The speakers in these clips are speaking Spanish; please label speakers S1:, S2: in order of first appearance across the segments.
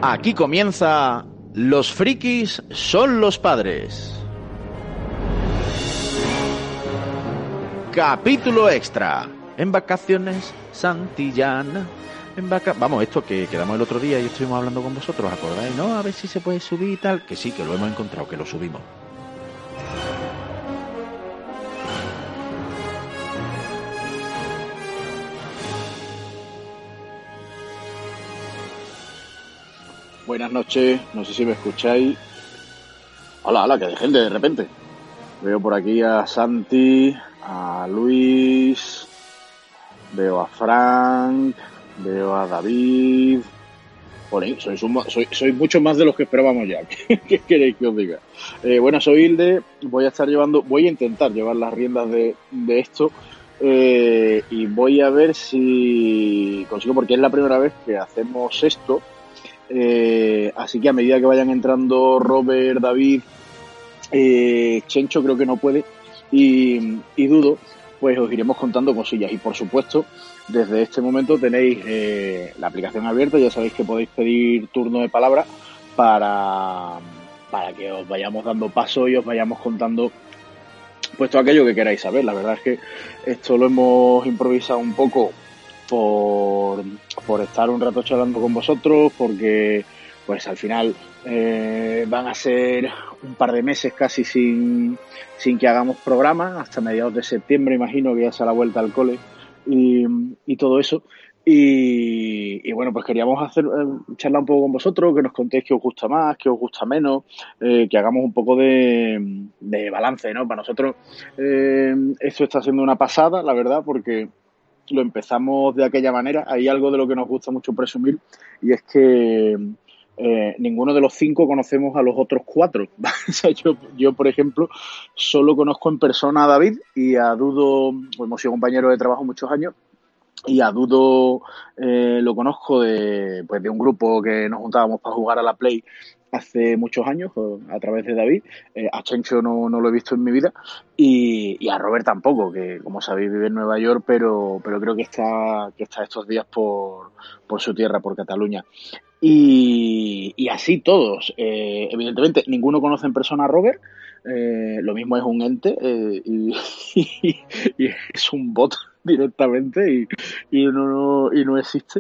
S1: Aquí comienza Los frikis son los padres. Capítulo extra. En vacaciones, Santillana. Vamos, esto que quedamos el otro día y estuvimos hablando con vosotros, ¿acordáis? No, a ver si se puede subir y tal. Que sí, que lo hemos encontrado, que lo subimos.
S2: Buenas noches, no sé si me escucháis. Hola, que de gente de repente. Veo por aquí a Santi, a Luis, veo a Frank, veo a David. Jolín, sois muchos más de los que esperábamos ya. ¿Qué queréis que os diga? Bueno, soy Hilde, voy a intentar llevar las riendas de esto. Y voy a ver si consigo, porque es la primera vez que hacemos esto. Así que a medida que vayan entrando Robert, David, Chencho creo que no puede y Dudo, pues os iremos contando cosillas. Y por supuesto, desde este momento tenéis la aplicación abierta, ya sabéis que podéis pedir turno de palabra para que os vayamos dando paso y os vayamos contando pues todo aquello que queráis saber. La verdad es que esto lo hemos improvisado un poco por estar un rato charlando con vosotros, porque pues al final van a ser un par de meses casi sin que hagamos programa, hasta mediados de septiembre imagino, que ya sea la vuelta al cole y todo eso. Y bueno, pues queríamos charlar un poco con vosotros, que nos contéis qué os gusta más, qué os gusta menos, que hagamos un poco de balance, ¿no? Para nosotros esto está siendo una pasada, la verdad, porque lo empezamos de aquella manera. Hay algo de lo que nos gusta mucho presumir, y es que ninguno de los 5 conocemos a los otros 4. O sea, yo, por ejemplo, solo conozco en persona a David, y a Dudo, pues hemos sido compañeros de trabajo muchos años, y a Dudo lo conozco de un grupo que nos juntábamos para jugar a la Play hace muchos años, a través de David. A Chencho no lo he visto en mi vida, y a Robert tampoco, que como sabéis vive en Nueva York, pero creo que está estos días por su tierra, por Cataluña. Y así todos. Evidentemente, ninguno conoce en persona a Robert. Lo mismo es un ente, y es un bot directamente, y no existe.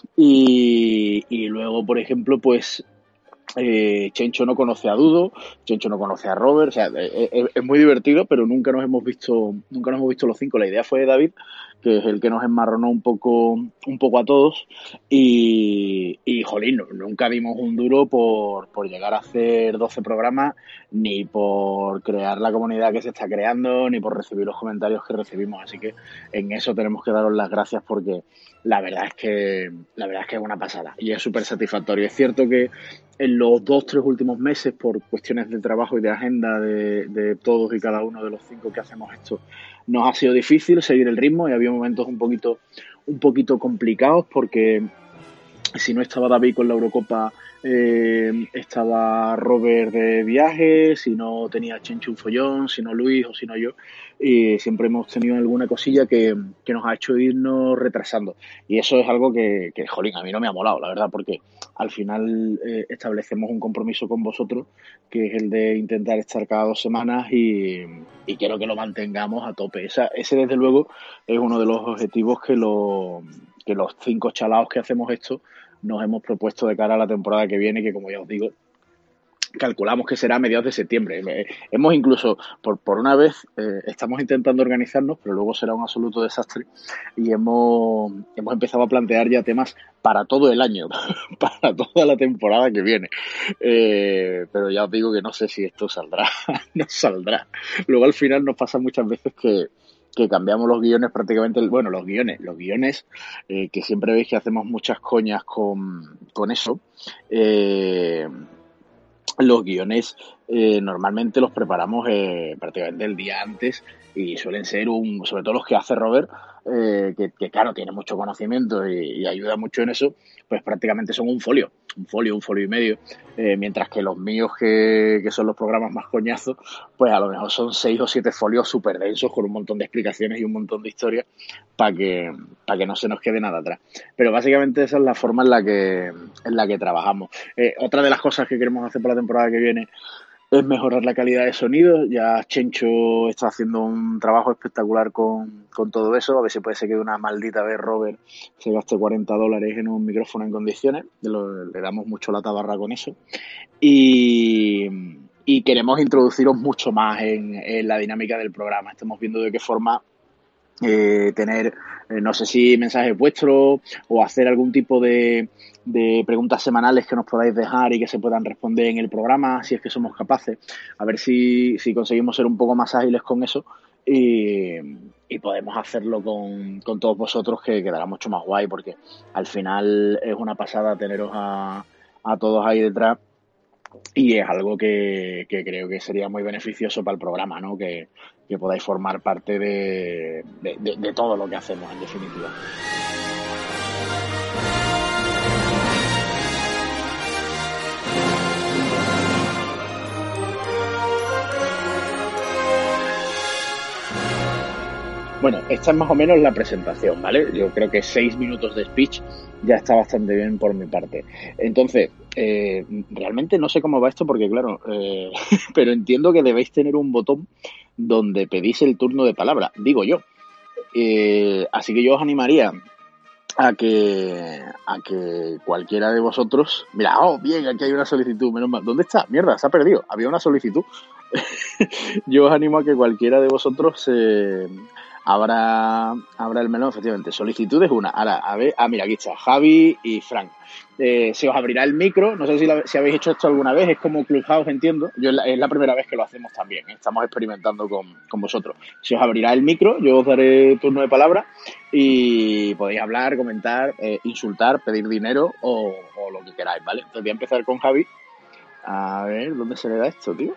S2: Y luego, por ejemplo, pues Chencho no conoce a Dudo, Chencho no conoce a Robert. O sea, es muy divertido, pero nunca nos hemos visto los 5. La idea fue de David, que es el que nos enmarronó un poco a todos, y jolín, nunca dimos un duro por llegar a hacer 12 programas, ni por crear la comunidad que se está creando, ni por recibir los comentarios que recibimos. Así que en eso tenemos que daros las gracias, porque la verdad es que es una pasada y es súper satisfactorio. Es cierto que en los 2-3 últimos meses, por cuestiones de trabajo y de agenda de todos y cada uno de los 5 que hacemos esto, nos ha sido difícil seguir el ritmo, y había momentos un poquito complicados, porque si no estaba David con la Eurocopa, estaba Robert de viaje, si no tenía Chencho un follón, si no Luis o si no yo, y siempre hemos tenido alguna cosilla que nos ha hecho irnos retrasando. Y eso es algo que jolín, a mí no me ha molado, la verdad, porque al final establecemos un compromiso con vosotros, que es el de intentar estar cada 2 semanas, y quiero que lo mantengamos a tope. Ese desde luego es uno de los objetivos que los 5 chalaos que hacemos esto nos hemos propuesto de cara a la temporada que viene, que como ya os digo, calculamos que será a mediados de septiembre. Hemos incluso, por una vez, estamos intentando organizarnos, pero luego será un absoluto desastre, y hemos empezado a plantear ya temas para todo el año, para toda la temporada que viene. Pero ya os digo que no sé si esto saldrá, no saldrá. Luego al final nos pasa muchas veces que cambiamos los guiones prácticamente. Bueno, los guiones, que siempre veis que hacemos muchas coñas con eso. Los guiones normalmente los preparamos prácticamente el día antes, y suelen ser sobre todo los que hace Robert, que claro, tiene mucho conocimiento y ayuda mucho en eso, pues prácticamente son un folio y medio, mientras que los míos, que son los programas más coñazos, pues a lo mejor son 6 o 7 folios súper densos con un montón de explicaciones y un montón de historias para que no se nos quede nada atrás. Pero básicamente esa es la forma en la que trabajamos. Otra de las cosas que queremos hacer para la temporada que viene es mejorar la calidad de sonido. Ya Chencho está haciendo un trabajo espectacular con todo eso. A ver si puede ser que de una maldita vez Robert se gaste $40 en un micrófono en condiciones. Le damos mucho la tabarra con eso. Y queremos introduciros mucho más en la dinámica del programa. Estamos viendo de qué forma tener, no sé si mensajes vuestros o hacer algún tipo de preguntas semanales que nos podáis dejar y que se puedan responder en el programa, si es que somos capaces. A ver si conseguimos ser un poco más ágiles con eso y podemos hacerlo con todos vosotros, que quedará mucho más guay, porque al final es una pasada teneros a todos ahí detrás. Y es algo que creo que sería muy beneficioso para el programa, ¿no? Que podáis formar parte de todo lo que hacemos, en definitiva. Bueno, esta es más o menos la presentación, ¿vale? Yo creo que 6 minutos de speech ya está bastante bien por mi parte. Entonces, realmente no sé cómo va esto porque, claro, pero entiendo que debéis tener un botón donde pedís el turno de palabra, digo yo. Así que yo os animaría a que cualquiera de vosotros... Mira, bien, aquí hay una solicitud, menos mal. ¿Dónde está? Mierda, se ha perdido. Había una solicitud. Yo os animo a que cualquiera de vosotros abra el menú, efectivamente. Solicitudes una. Ahora, a ver, mira, aquí está, Javi y Frank. Se os abrirá el micro, no sé si habéis hecho esto alguna vez, es como Clubhouse, entiendo. Es la primera vez que lo hacemos también, estamos experimentando con vosotros. Se os abrirá el micro, yo os daré turno de palabra y podéis hablar, comentar, insultar, pedir dinero o lo que queráis, ¿vale? Entonces voy a empezar con Javi. A ver, ¿dónde se le da esto, tío?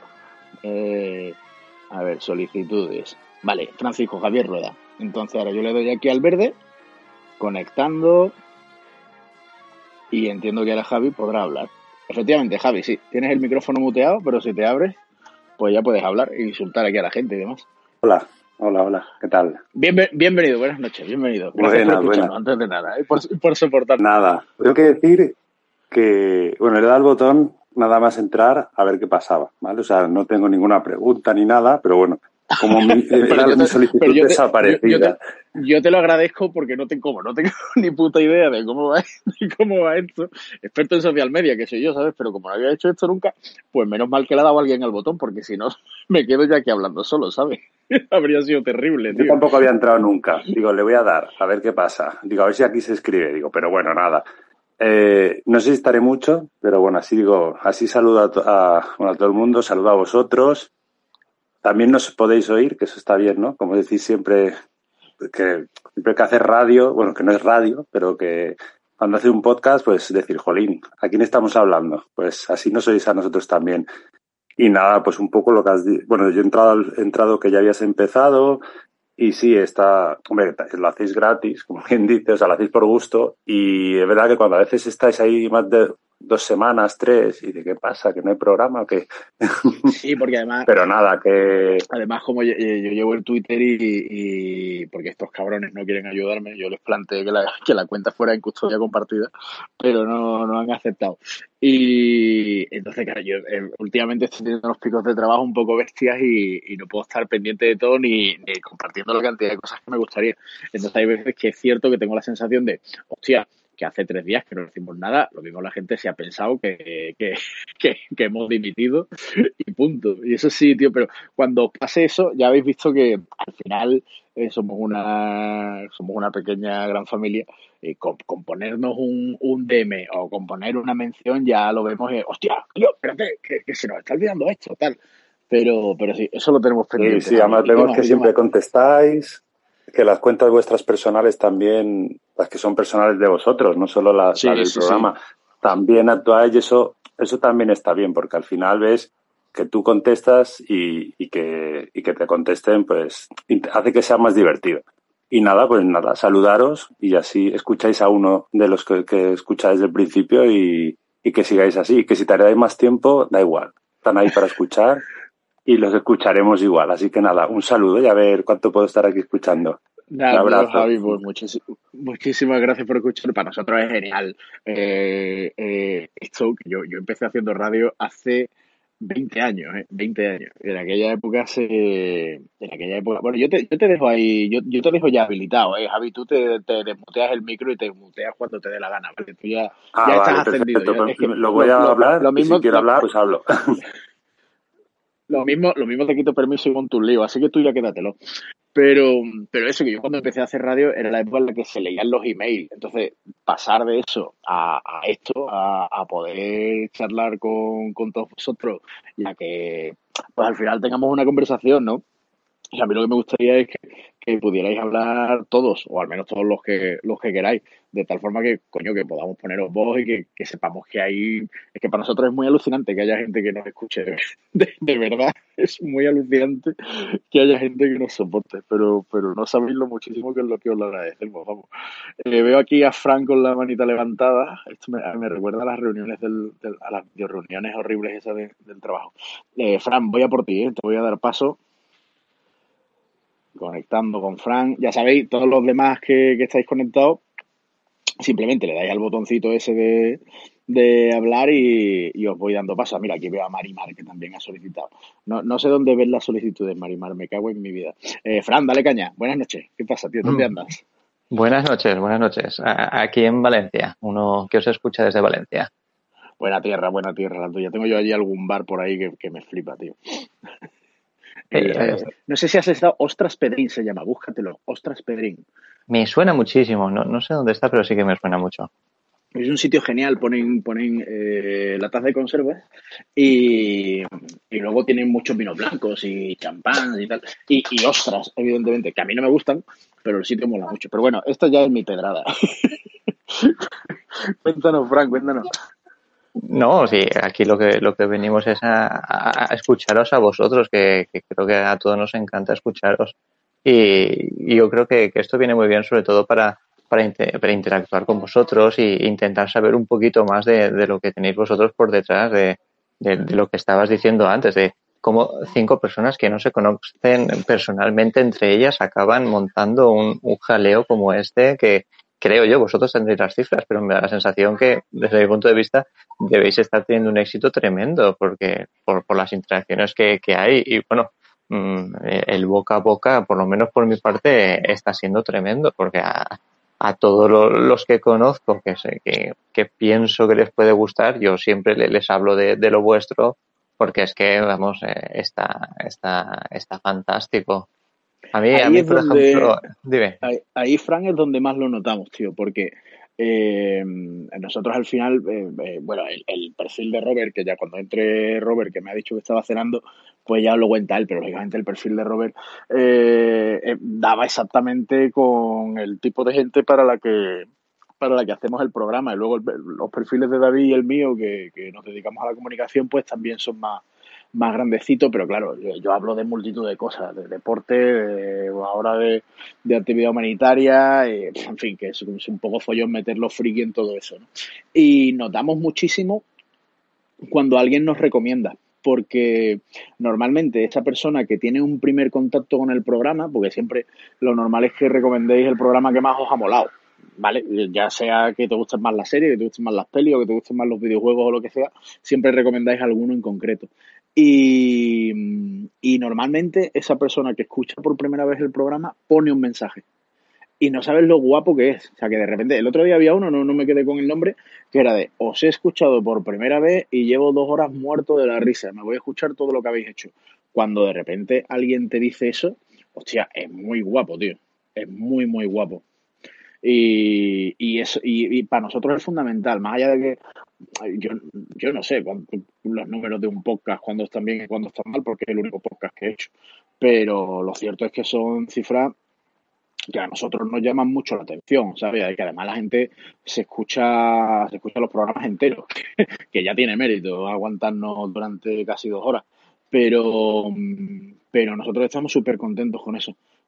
S2: A ver, solicitudes. Vale, Francisco Javier Rueda. Entonces ahora yo le doy aquí al verde, conectando, y entiendo que ahora Javi podrá hablar. Efectivamente, Javi, sí, tienes el micrófono muteado, pero si te abres, pues ya puedes hablar e insultar aquí a la gente y demás.
S3: Hola, ¿qué tal?
S2: Bienvenido, buenas noches, bienvenido. Gracias por escucharnos, antes de nada, y por soportarnos.
S3: Nada, tengo que decir que, bueno, le he dado al botón nada más entrar a ver qué pasaba, ¿vale? O sea, no tengo ninguna pregunta ni nada, pero bueno, como mi solicitud desaparecida.
S2: Yo te lo agradezco porque no tengo ni puta idea de cómo va esto. Experto en social media, que soy yo, ¿sabes? Pero como no había hecho esto nunca, pues menos mal que le ha dado alguien al botón, porque si no, me quedo ya aquí hablando solo, ¿sabes? Habría sido terrible, tío.
S3: Yo tampoco había entrado nunca. Digo, le voy a dar, a ver qué pasa. Digo, a ver si aquí se escribe. Digo, pero bueno, nada. No sé si estaré mucho, pero bueno, así saludo a todo el mundo, saludo a vosotros. También nos podéis oír, que eso está bien, ¿no? Como decís siempre que hacer radio, bueno, que no es radio, pero que cuando hace un podcast, pues decir, jolín, ¿a quién estamos hablando? Pues así nos oís a nosotros también. Y nada, pues un poco lo que has dicho. Bueno, yo he entrado que ya habías empezado y sí, hombre, lo hacéis gratis, como bien dices, o sea, lo hacéis por gusto. Y es verdad que cuando a veces estáis ahí más de 2 semanas, 3, y de qué pasa, que no hay programa, o qué.
S2: Sí, porque además...
S3: Pero nada, que...
S2: Además, como yo llevo el Twitter y porque estos cabrones no quieren ayudarme, yo les planteé que la cuenta fuera en custodia compartida, pero no han aceptado. Y entonces, claro, yo últimamente estoy teniendo unos picos de trabajo un poco bestias y no puedo estar pendiente de todo ni compartiendo la cantidad de cosas que me gustaría. Entonces hay veces que es cierto que tengo la sensación de, hostia, que hace 3 días que no decimos nada, lo mismo la gente se ha pensado que hemos dimitido y punto. Y eso sí, tío, pero cuando pase eso, ya habéis visto que al final somos una pequeña gran familia. Con ponernos un DM o con poner una mención ya lo vemos, hostia, tío, espérate, que se nos está olvidando esto, tal. Pero sí, eso lo tenemos pendiente.
S3: Sí, además vemos que siempre contestáis, que las cuentas vuestras personales también, las que son personales de vosotros, no solo la del programa, también actuáis, y eso también está bien, porque al final ves que tú contestas y que te contesten, pues hace que sea más divertido. Y nada, pues nada, saludaros y así escucháis a uno de los que escucháis desde el principio y que sigáis así. Que si tardáis más tiempo, da igual. Están ahí para escuchar y los escucharemos igual. Así que nada, un saludo y a ver cuánto puedo estar aquí escuchando. Un
S2: Nada, tío,
S3: abrazo.
S2: Javi, pues muchísimas gracias por escuchar. Para nosotros es genial. Esto, que yo empecé haciendo radio hace 20 años, 20 años. En aquella época, bueno, yo te dejo ahí, yo te dejo ya habilitado, Javi, tú te desmuteas el micro y te muteas cuando te dé la gana, ¿vale? Tú
S3: Ah,
S2: ya estás
S3: vale,
S2: ascendido.
S3: perfecto. Pues
S2: Es que
S3: lo voy a hablar
S2: lo
S3: y si
S2: mismo,
S3: quiero hablar, pues hablo.
S2: lo mismo te quito permiso y monto un lío, así que tú ya quédatelo. Pero eso, que yo cuando empecé a hacer radio era la época en la que se leían los emails. Entonces, pasar de eso a esto, a poder charlar con todos vosotros, ya que pues al final tengamos una conversación, ¿no? Y a mí lo que me gustaría es que pudierais hablar todos, o al menos todos los que queráis, de tal forma que, coño, que podamos poneros voz y que sepamos que hay... Es que para nosotros es muy alucinante que haya gente que nos escuche, de verdad, es muy alucinante que haya gente que nos soporte, pero no sabéis lo muchísimo que es lo que os lo agradecemos, vamos. Veo aquí a Fran con la manita levantada, esto me recuerda a las reuniones a las reuniones horribles esas del trabajo. Fran, voy a por ti, te voy a dar paso conectando con Fran. Ya sabéis, todos los demás que estáis conectados, simplemente le dais al botoncito ese de hablar y os voy dando paso. Mira, aquí veo a Marimar, que también ha solicitado. No sé dónde ves las solicitudes, Marimar, me cago en mi vida. Fran, dale caña. Buenas noches. ¿Qué pasa, tío? ¿Dónde andas?
S4: Buenas noches, buenas noches. Aquí en Valencia, uno que os escucha desde Valencia.
S2: Buena tierra, la tuya. Tengo yo allí algún bar por ahí que me flipa, tío.
S4: Eh,
S2: No sé si has estado... Ostras Pedrín se llama, búscatelo. Ostras Pedrín.
S4: Me suena muchísimo, no sé dónde está, pero sí que me suena mucho.
S2: Es un sitio genial, ponen latas de conservas y luego tienen muchos vinos blancos y champán y tal. Y ostras, evidentemente, que a mí no me gustan, pero el sitio mola mucho. Pero bueno, esta ya es mi pedrada. Cuéntanos, Frank, cuéntanos.
S4: No, sí, aquí lo que venimos es a escucharos a vosotros, que creo que a todos nos encanta escucharos. Y yo creo que esto viene muy bien, sobre todo para interactuar con vosotros e intentar saber un poquito más de lo que tenéis vosotros por detrás, de lo que estabas diciendo antes, de cómo 5 personas que no se conocen personalmente entre ellas acaban montando un jaleo como este que creo yo, vosotros tendréis las cifras, pero me da la sensación que desde mi punto de vista debéis estar teniendo un éxito tremendo porque por las interacciones que hay y bueno, el boca a boca, por lo menos por mi parte, está siendo tremendo porque a todos los que conozco que pienso que les puede gustar, yo siempre les hablo de lo vuestro porque es que, vamos, está fantástico.
S2: Ahí es
S4: Por
S2: donde,
S4: ejemplo, dime.
S2: ahí, Fran, es donde más lo notamos, tío, porque nosotros al final, bueno, el perfil de Robert, que ya cuando entre Robert, que me ha dicho que estaba cenando, pues ya lo cuenta él, pero lógicamente el perfil de Robert daba exactamente con el tipo de gente para la que hacemos el programa. Y luego los perfiles de David y el mío, que nos dedicamos a la comunicación, pues también son más grandecito, pero claro, yo hablo de multitud de cosas, de deporte, ahora de actividad humanitaria, en fin, que es un poco follón meterlo friki en todo eso, ¿no? Y notamos muchísimo cuando alguien nos recomienda, porque normalmente esa persona que tiene un primer contacto con el programa, porque siempre lo normal es que recomendéis el programa que más os ha molado, ¿vale? Ya sea que te gusten más las series, que te gusten más las pelis o que te gusten más los videojuegos o lo que sea, siempre recomendáis alguno en concreto. Y normalmente esa persona que escucha por primera vez el programa pone un mensaje y no sabes lo guapo que es. O sea, que de repente, el otro día había uno, no me quedé con el nombre, que era de, os he escuchado por primera vez y llevo 2 horas muerto de la risa, me voy a escuchar todo lo que habéis hecho. Cuando de repente alguien te dice eso, hostia, es muy guapo, tío. Es muy, muy guapo. Y para nosotros es fundamental, más allá de que yo no sé los números de un podcast, cuando están bien y cuando están mal, porque es el único podcast que he hecho. Pero lo cierto es que son cifras que a nosotros nos llaman mucho la atención, ¿sabes? Y que además la gente se escucha los programas enteros, que ya tiene mérito aguantarnos durante casi 2 horas. Pero nosotros estamos súper contentos con eso,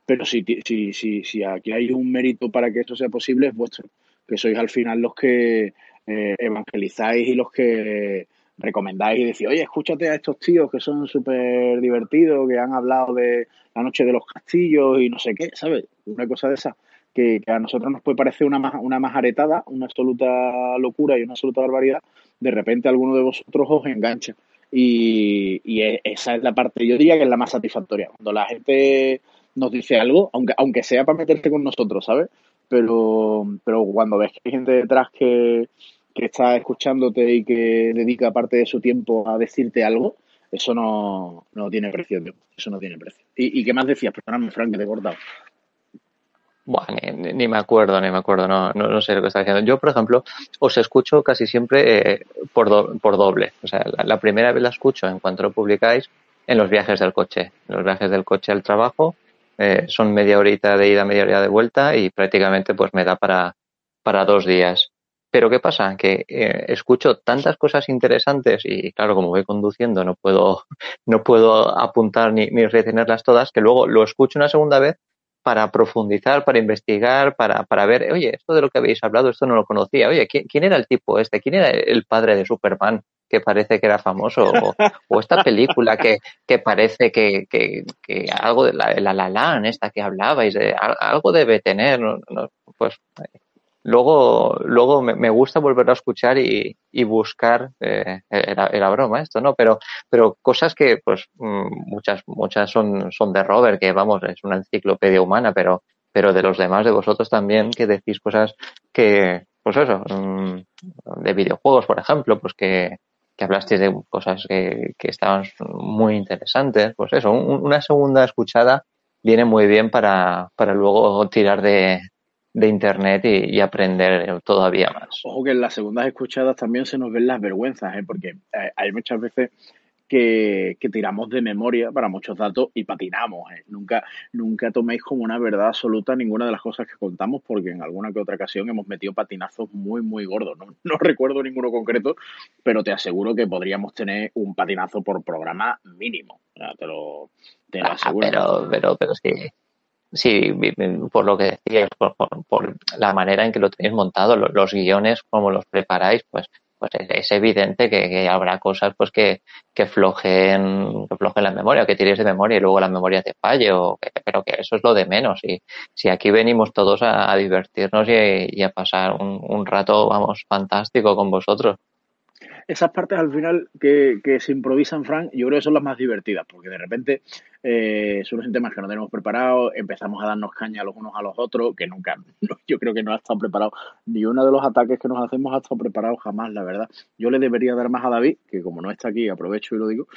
S2: pero si aquí hay un mérito para que eso sea posible, es vuestro, que sois al final los que evangelizáis y los que recomendáis y decís, oye, escúchate a estos tíos que son súper divertidos, que han hablado de la noche de los castillos y no sé qué, ¿sabes? Una cosa de esa que a nosotros nos puede parecer una majaretada, una absoluta locura y una absoluta barbaridad, de repente alguno de vosotros os engancha. Y esa es la parte, yo diría que es la más satisfactoria. Cuando la gente nos dice algo, aunque sea para meterse con nosotros, ¿sabes? Pero cuando ves que hay gente detrás que está escuchándote y que dedica parte de su tiempo a decirte algo, eso no tiene precio, tío. Eso no tiene precio. ¿Y qué más decías? Perdóname, Frank, que te he cortado.
S4: Buah, ni me acuerdo, no sé lo que está diciendo. Yo, por ejemplo, os escucho casi siempre por doble. O sea, la primera vez la escucho en cuanto lo publicáis en los viajes del coche. En los viajes del coche al trabajo son media horita de ida, media horita de vuelta y prácticamente pues me da para 2 días. Pero ¿qué pasa? Que escucho tantas cosas interesantes y claro, como voy conduciendo no puedo apuntar ni retenerlas todas, que luego lo escucho una segunda vez para profundizar, para investigar, para ver, oye, esto de lo que habéis hablado, esto no lo conocía. Oye, ¿quién era el tipo este? ¿Quién era el padre de Superman que parece que era famoso? O esta película que parece que algo de la Land, esta que hablabais, algo debe tener, pues luego me gusta volver a escuchar y buscar, era broma esto, ¿no? Pero cosas que, pues, muchas son de Robert, que vamos, es una enciclopedia humana, pero de los demás, de vosotros también, que decís cosas que, pues eso, de videojuegos, por ejemplo, pues que hablasteis de cosas que estaban muy interesantes, pues eso, una segunda escuchada viene muy bien para luego tirar de internet y aprender todavía más.
S2: Ojo que en las segundas escuchadas también se nos ven las vergüenzas, ¿eh? Porque hay muchas veces que tiramos de memoria para muchos datos y patinamos, ¿eh? Nunca toméis como una verdad absoluta ninguna de las cosas que contamos, porque en alguna que otra ocasión hemos metido patinazos muy, muy gordos. No recuerdo ninguno concreto, pero te aseguro que podríamos tener un patinazo por programa mínimo. O sea, te lo aseguro.
S4: Pero sí. Sí, por lo que decíais, por la manera en que lo tenéis montado, los guiones, como los preparáis, pues es evidente que habrá cosas pues que flojen la memoria, que tiréis de memoria y luego la memoria te falle, pero que eso es lo de menos. Y si aquí venimos todos a divertirnos y a pasar un rato, vamos, fantástico con vosotros.
S2: Esas partes al final que se improvisan, Frank, yo creo que son las más divertidas, porque de repente surgen temas que no tenemos preparados, empezamos a darnos caña los unos a los otros, que nunca, yo creo que no ha estado preparado, ni uno de los ataques que nos hacemos ha estado preparado jamás, la verdad. Yo le debería dar más a David, que como no está aquí, aprovecho y lo digo,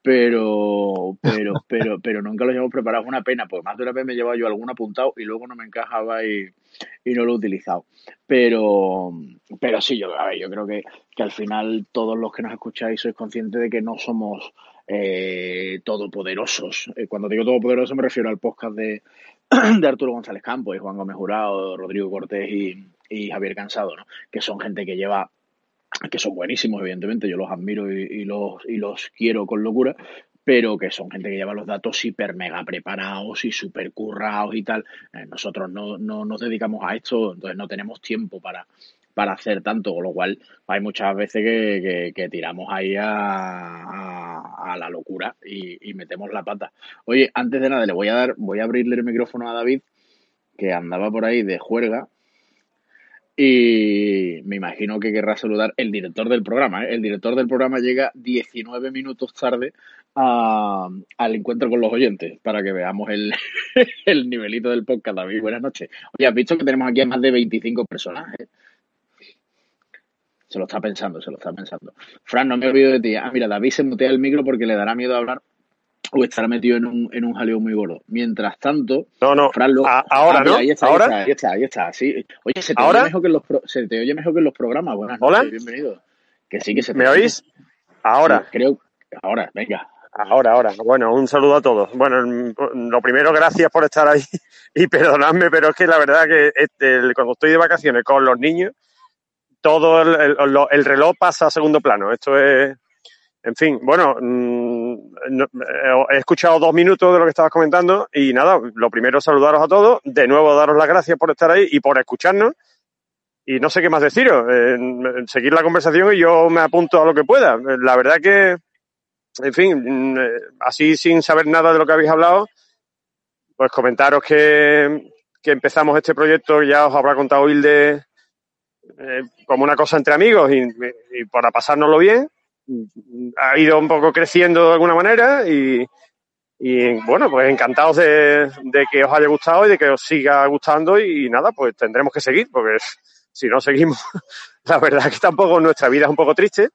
S2: pero nunca lo llevamos preparado, es una pena, porque más de una vez me he llevado yo algún apuntado y luego no me encajaba y no lo he utilizado. Pero sí, a ver, yo creo que al final todos los que nos escucháis sois conscientes de que no somos todopoderosos. Cuando digo todopoderoso me refiero al podcast de Arturo González Campos y Juan Gómez Jurado, Rodrigo Cortés y Javier Cansado, ¿no? Que son gente que son buenísimos, evidentemente, yo los admiro y los quiero con locura, pero que son gente que lleva los datos hiper mega preparados y super currados y tal. Nosotros no nos dedicamos a esto, entonces no tenemos tiempo para hacer tanto, con lo cual hay muchas veces que tiramos ahí a la locura y metemos la pata. Oye, antes de nada, voy a abrirle el micrófono a David, que andaba por ahí de juerga, y me imagino que querrá saludar el director del programa, ¿eh? El director del programa llega 19 minutos tarde al encuentro con los oyentes, para que veamos el nivelito del podcast. David, buenas noches. Oye, has visto que tenemos aquí a más de 25 personas, ¿eh? Se lo está pensando. Fran, no me olvido de ti. Mira, David se mutea el micro porque le dará miedo hablar o estará metido en un jaleo muy gordo. Mientras tanto,
S5: No.
S2: Fran
S5: Ahora, ¿no?
S2: Ahí está,
S5: ¿Ahora?
S2: ahí está, sí. Oye, se te
S5: ¿Ahora?
S2: oye mejor que en los programas. Buenas
S5: ¿Hola?
S2: noches, bienvenido. Que sí, que se te
S5: ¿Me
S2: oye.
S5: oís? Ahora.
S2: Sí, creo. Ahora, venga.
S5: Ahora. Bueno, un saludo a todos. Bueno, lo primero, gracias por estar ahí y perdonadme, pero es que la verdad que cuando estoy de vacaciones con los niños, todo el reloj pasa a segundo plano. Esto es, en fin, bueno, he escuchado 2 minutos de lo que estabas comentando y nada, lo primero saludaros a todos, de nuevo daros las gracias por estar ahí y por escucharnos y no sé qué más deciros, seguir la conversación y yo me apunto a lo que pueda. La verdad que, en fin, así sin saber nada de lo que habéis hablado, pues comentaros que empezamos este proyecto, ya os habrá contado Hilde, como una cosa entre amigos y para pasárnoslo bien. Ha ido un poco creciendo de alguna manera y bueno, pues encantados de que os haya gustado y de que os siga gustando y nada, pues tendremos que seguir porque si no seguimos, la verdad es que tampoco nuestra vida es un poco triste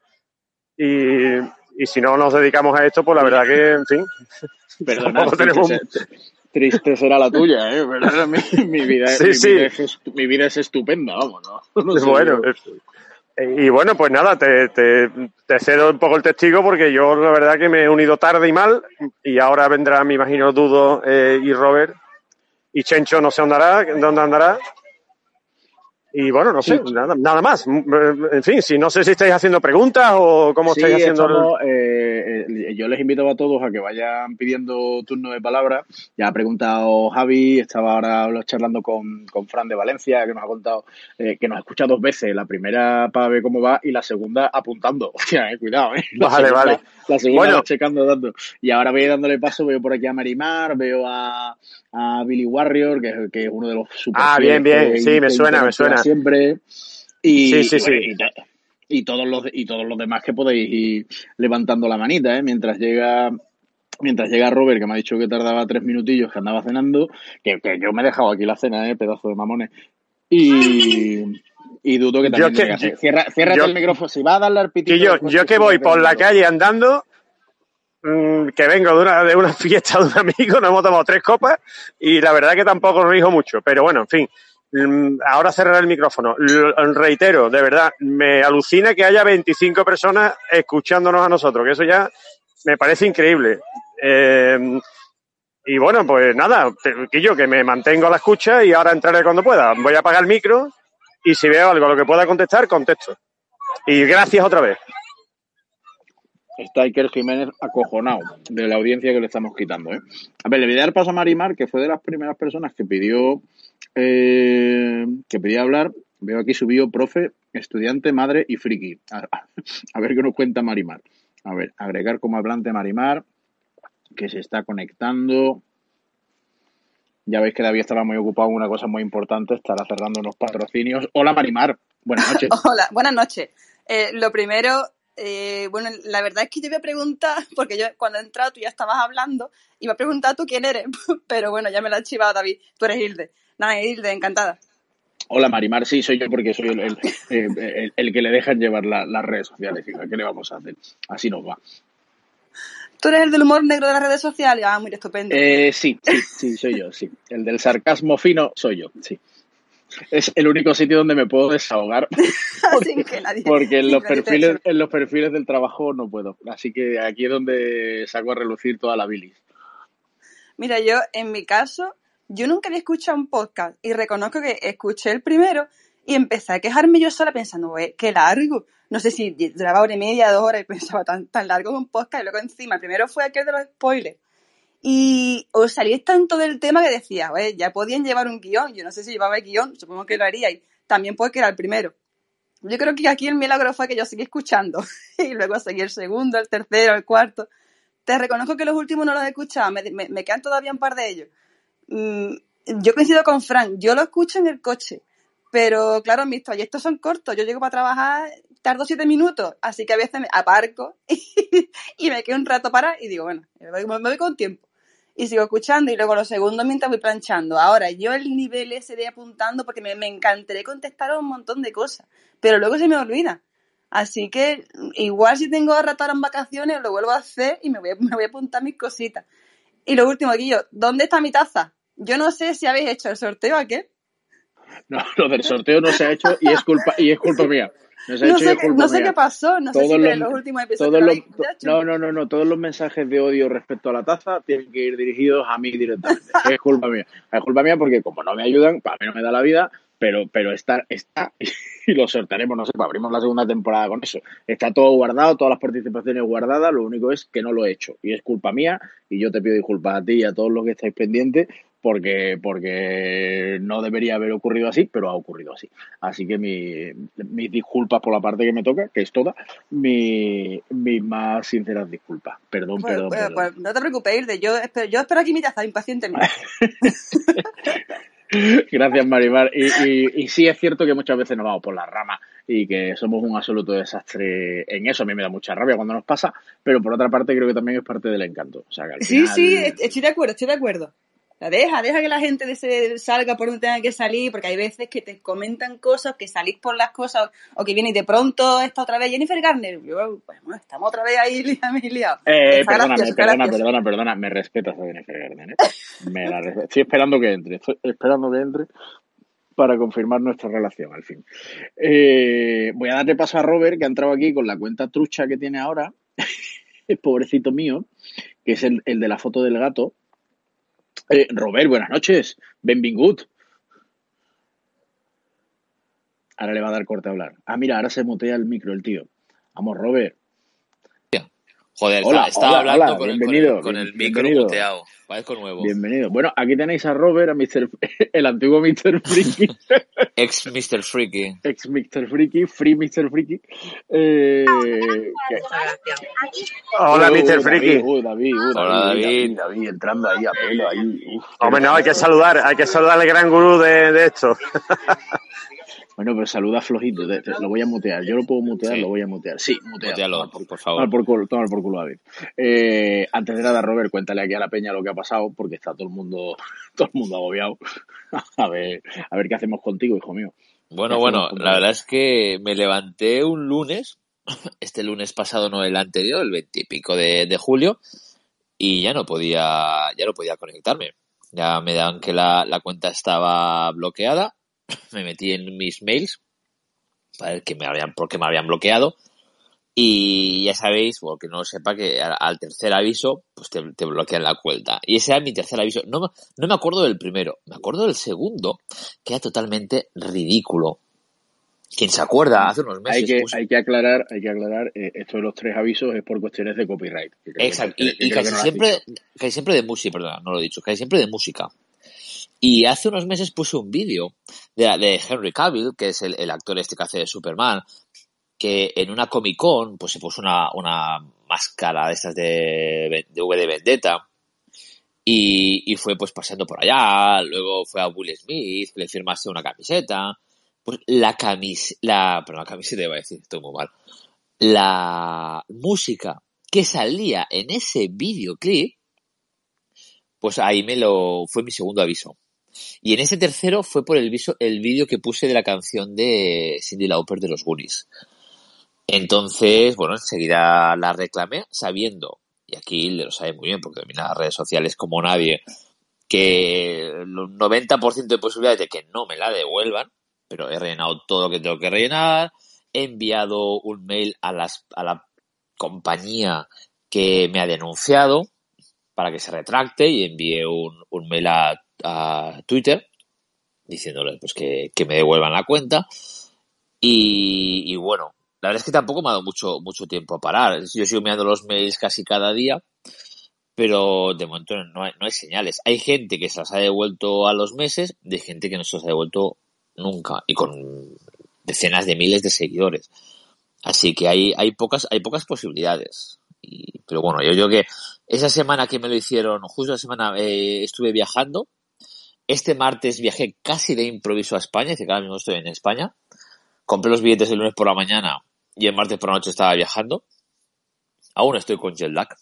S5: y si no nos dedicamos a esto, pues la verdad que, en fin,
S2: Perdona,
S5: tampoco tenemos...
S2: Triste será la tuya, ¿verdad? Mi vida,
S5: Sí.
S2: Mi vida es estupenda, vamos, ¿no? No sé
S5: Bueno, y bueno, pues nada, te cedo un poco el testigo porque yo la verdad que me he unido tarde y mal y ahora vendrá, me imagino, Dudo y Robert y Chencho no sé dónde andará. Y bueno, no sé,
S2: Sí.
S5: nada más. En fin, si no sé si estáis haciendo preguntas o cómo estáis haciendo...
S2: yo les invito a todos a que vayan pidiendo turno de palabra. Ya ha preguntado Javi, estaba ahora charlando con Fran de Valencia, que nos ha contado que nos escucha 2 veces. La primera para ver cómo va y la segunda apuntando. Hostia, cuidado,
S5: Vale.
S2: La segunda
S5: Bueno.
S2: va checando datos. Y ahora voy dándole paso, veo por aquí a Marimar, veo a Billy Warrior, que es uno de los super
S5: bien, sí, me suena.
S2: Siempre.
S5: Sí.
S2: Y todos los demás que podéis ir levantando la manita, mientras llega Robert, que me ha dicho que tardaba 3 minutillos, que andaba cenando, que yo me he dejado aquí la cena, pedazo de mamones. Y dudo que también tiene que hacer. Ciérrate el micrófono, si va a darle al pitito.
S5: Yo que voy por la calle andando, que vengo de una fiesta de un amigo, nos hemos tomado 3 copas y la verdad que tampoco rijo mucho, pero bueno, en fin. Ahora cerraré el micrófono. Reitero, de verdad, me alucina que haya 25 personas escuchándonos a nosotros, que eso ya me parece increíble. Y bueno, pues nada, Quillo, que me mantengo a la escucha y ahora entraré cuando pueda. Voy a apagar el micro y si veo algo a lo que pueda contestar, contesto. Y gracias otra vez.
S2: Está Iker Jiménez acojonado de la audiencia que le estamos quitando, A ver, le voy a dar paso a Marimar, que fue de las primeras personas que pidió hablar. Veo aquí subió profe, estudiante, madre y friki. A ver qué nos cuenta Marimar. A ver, agregar como hablante Marimar, que se está conectando. Ya veis que David estaba muy ocupado en una cosa muy importante, estará cerrando unos patrocinios. Hola Marimar, buenas noches.
S6: Hola, buenas noches. Lo primero, bueno, la verdad es que yo iba a preguntar, porque yo cuando he entrado tú ya estabas hablando, iba a preguntar tú quién eres, pero bueno, ya me lo ha chivado David, tú eres Hilde. Nada, Hilde, encantada.
S2: Hola Marimar, sí, soy yo porque soy el que le dejan llevar las redes sociales, hija, ¿qué le vamos a hacer? Así nos va.
S6: ¿Tú eres el del humor negro de las redes sociales? Ah, muy estupendo.
S2: Sí, soy yo, sí. El del sarcasmo fino soy yo, sí. Es el único sitio donde me puedo desahogar porque en los perfiles del trabajo no puedo. Así que aquí es donde saco a relucir toda la bilis.
S6: Mira, yo, en mi caso, yo nunca había escuchado un podcast y reconozco que escuché el primero y empecé a quejarme yo sola pensando, qué largo. No sé si duraba 1 hora y media, 2 horas y pensaba tan largo un podcast y luego encima, el primero fue aquel de los spoilers. Y os salís tanto del tema que decía, ya podían llevar un guión. Yo no sé si llevaba el guión, supongo que lo haríais. También porque era el primero. Yo creo que aquí el milagro fue que yo seguí escuchando. Y luego seguí el segundo, el tercero, el cuarto. Te reconozco que los últimos no los he escuchado. Me quedan todavía un par de ellos. Yo coincido con Fran. Yo lo escucho en el coche. Pero claro, mis trayectos son cortos. Yo llego para trabajar, tardo 7 minutos. Así que a veces me aparco y me quedo un rato para y digo, bueno, me voy con tiempo. Y sigo escuchando y luego lo segundo mientras voy planchando. Ahora, yo el nivel ese de apuntando porque me encantaría contestar a un montón de cosas, pero luego se me olvida. Así que igual si tengo rato ahora en vacaciones lo vuelvo a hacer y me voy a apuntar mis cositas. Y lo último, Guillo, ¿dónde está mi taza? Yo no sé si habéis hecho el sorteo ¿a qué?
S2: No, lo del sorteo no se ha hecho y es culpa mía.
S6: No sé qué pasó, no sé si en los últimos episodios
S2: No, todos los mensajes de odio respecto a la taza tienen que ir dirigidos a mí directamente. Es culpa mía porque como no me ayudan, para mí no me da la vida, pero está y lo sortearemos, no sé, pues abrimos la segunda temporada con eso. Está todo guardado, todas las participaciones guardadas, lo único es que no lo he hecho y es culpa mía y yo te pido disculpas a ti y a todos los que estáis pendientes porque no debería haber ocurrido así, pero ha ocurrido así. Así que mis disculpas por la parte que me toca, que es toda, mis más sinceras disculpas. Perdón.
S6: Pues no te preocupes, Irde, yo espero aquí mi taza impacientemente.
S2: Gracias, Marimar. Y sí es cierto que muchas veces nos vamos por las ramas y que somos un absoluto desastre en eso. A mí me da mucha rabia cuando nos pasa, pero por otra parte creo que también es parte del encanto. O sea, que al final...
S6: Sí, estoy de acuerdo. Deja que la gente salga por donde tenga que salir, porque hay veces que te comentan cosas, que salís por las cosas, o que viene y de pronto está otra vez Jennifer Garner. Bueno, estamos otra vez ahí liados.
S2: Perdona, me respetas a Jennifer Garner, ¿eh? Estoy esperando que entre para confirmar nuestra relación, al fin. Voy a darle paso a Robert, que ha entrado aquí con la cuenta trucha que tiene ahora, el pobrecito mío, que es el de la foto del gato. Robert, buenas noches. Benvingut. Ahora le va a dar corte a hablar. Mira, ahora se mutea el micro el tío. Vamos, Robert.
S7: Joder, estaba hablando con el micro muteado. Parezco nuevo.
S2: Bienvenido. Bueno, aquí tenéis a Robert, el antiguo Mr. Freaky.
S7: Ex Mr. Freaky.
S2: Ex Mr. Freaky, Free Mr. Freaky.
S5: Hola, Mr. Freaky.
S7: Hola, David.
S2: David, entrando ahí a pelo.
S5: Hombre, no, hay que saludar al gran gurú de esto.
S2: Bueno, pero saluda flojito, lo voy a mutear. Yo lo puedo mutear, sí. Lo voy a mutear. Sí,
S7: mutealo, por favor.
S2: Toma por culo, David. Antes de nada, Robert, cuéntale aquí a la peña lo que ha pasado, porque está todo el mundo agobiado. A ver qué hacemos contigo, hijo mío.
S7: Bueno, la verdad es que me levanté un lunes, este lunes pasado, no el anterior, el 20 y pico de julio, y ya no podía conectarme. Ya me dan que la cuenta estaba bloqueada. Me metí en mis mails para ver por qué me habían bloqueado y ya sabéis, porque no lo sepa, que al tercer aviso pues te bloquean la cuenta. Y ese era mi tercer aviso. No me acuerdo del primero, me acuerdo del segundo, que era totalmente ridículo. ¿Quién se acuerda? Hace unos meses
S2: hay que aclarar esto de los 3 avisos es por cuestiones de copyright.
S7: Exacto, y casi siempre de música, perdona, no lo he dicho, casi siempre de música. Y hace unos meses puse un vídeo de Henry Cavill, que es el actor este que hace de Superman, que en una Comic Con pues se puso una máscara de estas de V de Vendetta y fue pues paseando por allá. Luego fue a Will Smith, le firmaste una camiseta. Pues la camiseta iba a decir, estoy muy mal. La música que salía en ese videoclip, pues ahí fue mi segundo aviso. Y en ese tercero fue por el vídeo que puse de la canción de Cyndi Lauper de los Goonies. Entonces, bueno, enseguida la reclamé sabiendo, y aquí lo sabe muy bien porque domina las redes sociales como nadie, que el 90% de posibilidades de que no me la devuelvan, pero he rellenado todo lo que tengo que rellenar, he enviado un mail a la compañía que me ha denunciado para que se retracte y envié un mail a Twitter diciéndole pues que me devuelvan la cuenta y bueno, la verdad es que tampoco me ha dado mucho tiempo a parar. Yo sigo mirando los mails casi cada día, pero de momento no hay señales. Hay gente que se las ha devuelto a los meses, de gente que no se las ha devuelto nunca y con decenas de miles de seguidores. Así que hay pocas posibilidades. Pero bueno, yo creo que esa semana que me lo hicieron, justo la semana estuve viajando. Este martes viajé casi de improviso a España, que ahora mismo estoy en España. Compré los billetes el lunes por la mañana y el martes por la noche estaba viajando. Aún estoy con jet lag.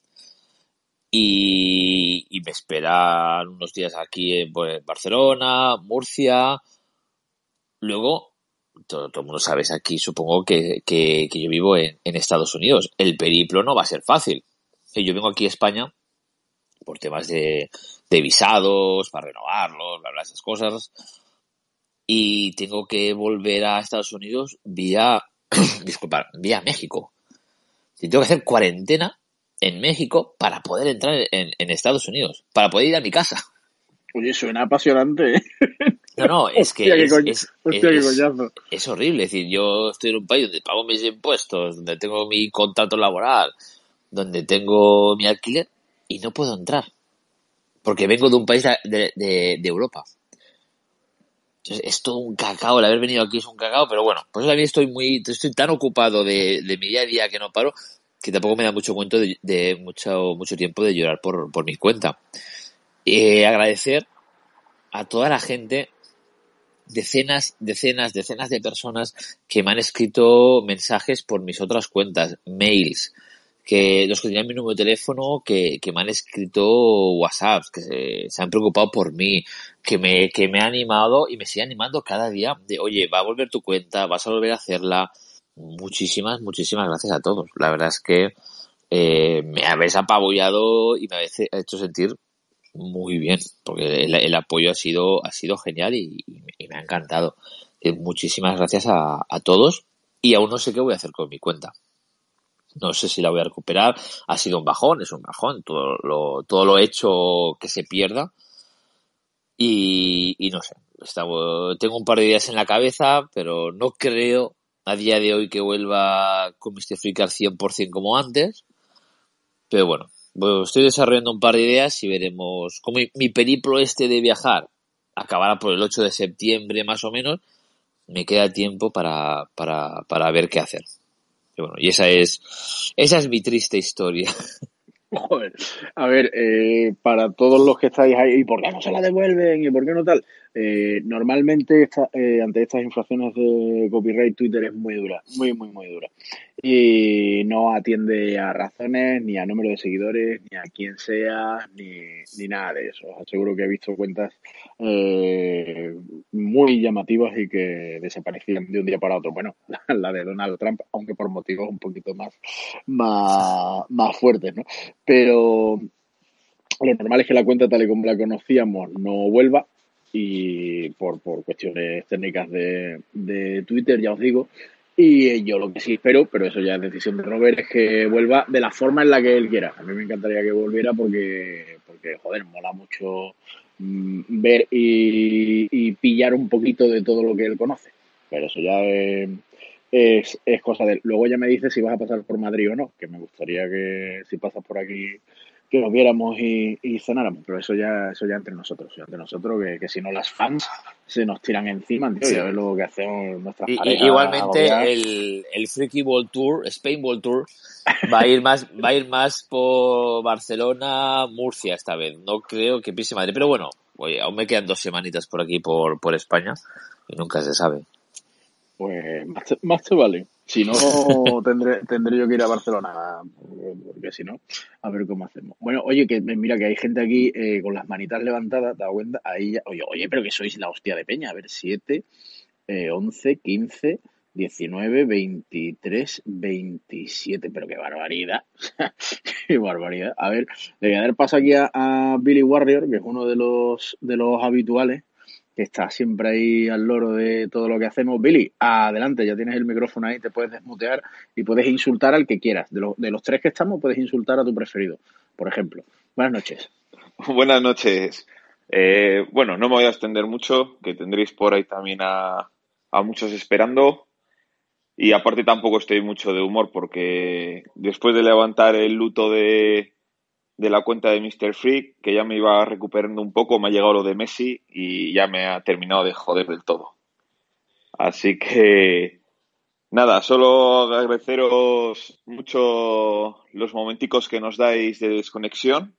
S7: Y me esperan unos días aquí en Barcelona, Murcia. Luego, todo el mundo sabes aquí, supongo que yo vivo en Estados Unidos. El periplo no va a ser fácil. Yo vengo aquí a España por temas de visados, para renovarlos, bla, bla, esas cosas. Y tengo que volver a Estados Unidos vía México. Tengo que hacer cuarentena en México para poder entrar en Estados Unidos, para poder ir a mi casa.
S2: Oye, suena apasionante, ¿eh?
S7: No, es que
S2: qué coñazo.
S7: es horrible. Es decir, yo estoy en un país donde pago mis impuestos, donde tengo mi contrato laboral, donde tengo mi alquiler y no puedo entrar. Porque vengo de un país de Europa. Entonces, es todo un cacao. El haber venido aquí es un cacao, pero bueno, pues también estoy tan ocupado de mi día a día que no paro, que tampoco me da mucho cuento de mucho tiempo de llorar por mi cuenta. Agradecer a toda la gente, decenas de personas que me han escrito mensajes por mis otras cuentas, mails, que los que tenían mi número de teléfono, que me han escrito WhatsApps, que se han preocupado por mí, que me han animado y me siguen animando cada día de, oye, va a volver tu cuenta, vas a volver a hacerla. Muchísimas gracias a todos. La verdad es que me habéis apabullado y me habéis hecho sentir muy bien, porque el apoyo ha sido genial y me ha encantado. Muchísimas gracias a todos, y aún no sé qué voy a hacer con mi cuenta. No sé si la voy a recuperar. Ha sido un bajón, es un bajón. Todo lo hecho que se pierda. Y no sé. Tengo un par de ideas en la cabeza, pero no creo a día de hoy que vuelva con Mr. Freak al 100% como antes. Pero bueno, estoy desarrollando un par de ideas y veremos cómo mi periplo de viajar acabará por el 8 de septiembre más o menos. Me queda tiempo para ver qué hacer. Y bueno, y esa es mi triste historia.
S2: Joder. A ver, para todos los que estáis ahí, ¿y por qué no se la devuelven? ¿Y por qué no tal? Normalmente ante estas infracciones de copyright, Twitter es muy dura, muy dura. Y no atiende a razones, ni a número de seguidores, ni a quién sea, ni nada de eso. Os aseguro que he visto cuentas muy llamativas y que desaparecían de un día para otro. Bueno, la de Donald Trump, aunque por motivos un poquito más fuertes, ¿no? Pero lo normal es que la cuenta tal y como la conocíamos no vuelva, y por cuestiones técnicas de Twitter, ya os digo. Y yo lo que sí espero, pero eso ya es decisión de Robert, es que vuelva de la forma en la que él quiera. A mí me encantaría que volviera porque joder, mola mucho ver y pillar un poquito de todo lo que él conoce. Pero eso ya es cosa de él. Luego ya me dice si vas a pasar por Madrid o no, que me gustaría que si pasas por aquí que nos viéramos y cenáramos, pero eso ya entre nosotros, que si no las fans se nos tiran encima, tío,
S7: Sí.
S2: y a ver luego qué hacemos nuestras parejas.
S7: Igualmente el Freaky World Tour, Spain World Tour, va a ir más por Barcelona, Murcia esta vez. No creo que pise Madrid, pero bueno, oye, aún me quedan 2 semanitas por aquí por España y nunca se sabe.
S2: Pues más te vale. Si no, tendré yo que ir a Barcelona, porque si no, a ver cómo hacemos. Bueno, oye, que mira que hay gente aquí con las manitas levantadas, ¿te das cuenta? Ahí ya, oye, pero que sois la hostia de peña. A ver, 7, 11, 15, 19, 23, 27. Pero qué barbaridad. Qué barbaridad. A ver, le voy a dar paso aquí a Billy Warrior, que es uno de los habituales, que está siempre ahí al loro de todo lo que hacemos. Billy, adelante, ya tienes el micrófono ahí, te puedes desmutear y puedes insultar al que quieras. De los 3 que estamos, puedes insultar a tu preferido, por ejemplo. Buenas noches.
S8: Buenas noches. Bueno, no me voy a extender mucho, que tendréis por ahí también a muchos esperando. Y aparte tampoco estoy mucho de humor, porque después de levantar el luto de la cuenta de Mr. Freak, que ya me iba recuperando un poco, me ha llegado lo de Messi y ya me ha terminado de joder del todo. Así que nada, solo agradeceros mucho los momenticos que nos dais de desconexión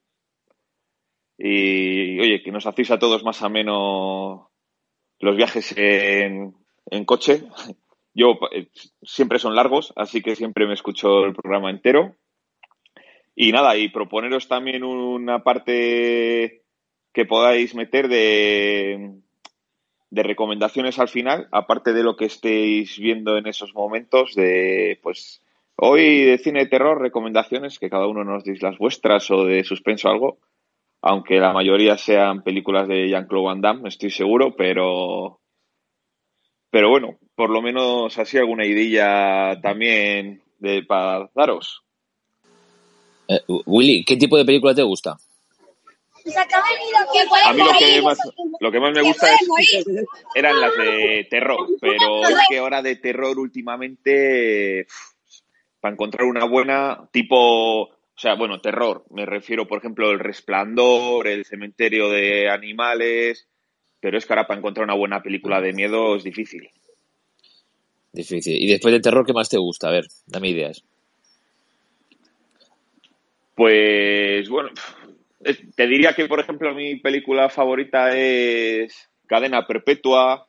S8: y oye, que nos hacéis a todos más ameno los viajes en coche. Yo siempre son largos, así que siempre me escucho el programa entero. Y nada, y proponeros también una parte que podáis meter de recomendaciones al final, aparte de lo que estéis viendo en esos momentos, de pues hoy de cine de terror, recomendaciones, que cada uno nos deis las vuestras, o de suspenso algo, aunque la mayoría sean películas de Jean-Claude Van Damme, estoy seguro, pero bueno, por lo menos así alguna idea también para daros.
S7: Willy, ¿qué tipo de película te gusta?
S8: A mí lo que más me gusta eran las de terror, pero es que ahora de terror últimamente, para encontrar una buena, tipo, o sea, bueno, terror, me refiero, por ejemplo, El Resplandor, El Cementerio de Animales, pero es que ahora para encontrar una buena película de miedo es difícil.
S7: Difícil. Y después de terror, ¿qué más te gusta? A ver, dame ideas.
S8: Pues, bueno, te diría que, por ejemplo, mi película favorita es Cadena Perpetua.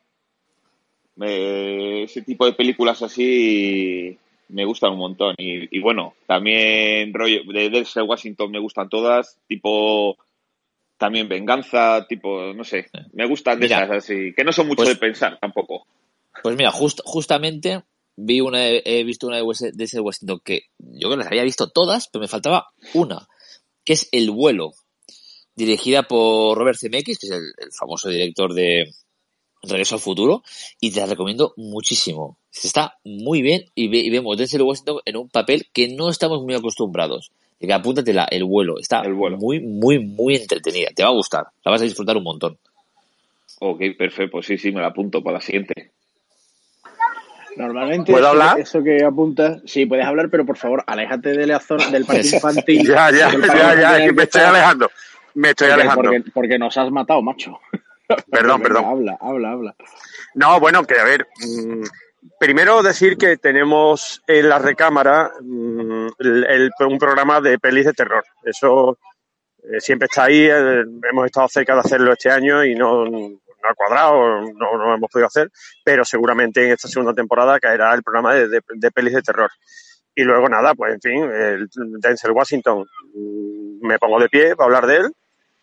S8: Ese tipo de películas así me gustan un montón. Y bueno, también rollo de Denzel Washington me gustan todas. Tipo, también Venganza, tipo, no sé. Me gustan de esas así, que no son mucho de pensar tampoco.
S7: Pues mira, justamente he visto una de Denzel Washington que yo creo que las había visto todas, pero me faltaba una, que es El Vuelo, dirigida por Robert Zemeckis, que es el famoso director de Regreso al Futuro, y te la recomiendo muchísimo. Está muy bien y vemos Denzel Washington en un papel que no estamos muy acostumbrados. Así que apúntatela, El Vuelo. Está muy, muy, muy entretenida. Te va a gustar. La vas a disfrutar un montón.
S8: Ok, perfecto. Pues sí, me la apunto para la siguiente.
S2: Normalmente
S5: ¿Puedo hablar?
S2: Eso que apuntas, sí, puedes hablar, pero por favor, aléjate de la zona del parque infantil.
S5: Ya, es que me estoy alejando.
S2: Porque nos has matado, macho.
S5: Perdón.
S2: Habla.
S5: No, bueno, que a ver, primero decir que tenemos en la recámara un programa de pelis de terror. Eso siempre está ahí, hemos estado cerca de hacerlo este año y no ha cuadrado, no lo hemos podido hacer, pero seguramente en esta segunda temporada caerá el programa de pelis de terror. Y luego nada, pues en fin, el Denzel Washington, me pongo de pie para hablar de él.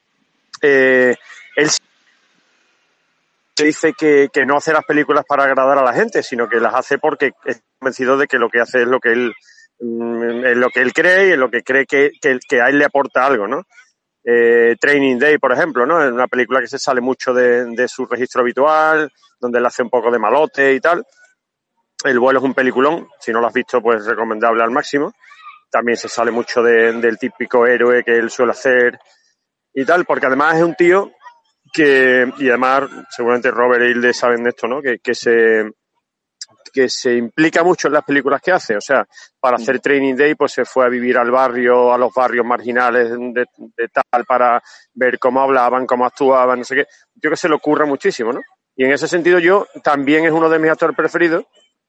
S5: Él se dice que no hace las películas para agradar a la gente, sino que las hace porque es convencido de que lo que hace es lo que él cree y en lo que cree que a él le aporta algo, ¿no? Training Day, por ejemplo, ¿no? Es una película que se sale mucho de su registro habitual, donde él hace un poco de malote y tal. El Vuelo es un peliculón, si no lo has visto, pues recomendable al máximo. También se sale mucho del típico héroe que él suele hacer y tal, porque además es un tío y además seguramente Robert e Hilde saben de esto, ¿no? Que se implica mucho en las películas que hace. O sea, para hacer Training Day, pues se fue a vivir a los barrios marginales de tal, para ver cómo hablaban, cómo actuaban, no sé qué. Yo que se le ocurra muchísimo, ¿no? Y en ese sentido yo también es uno de mis actores preferidos.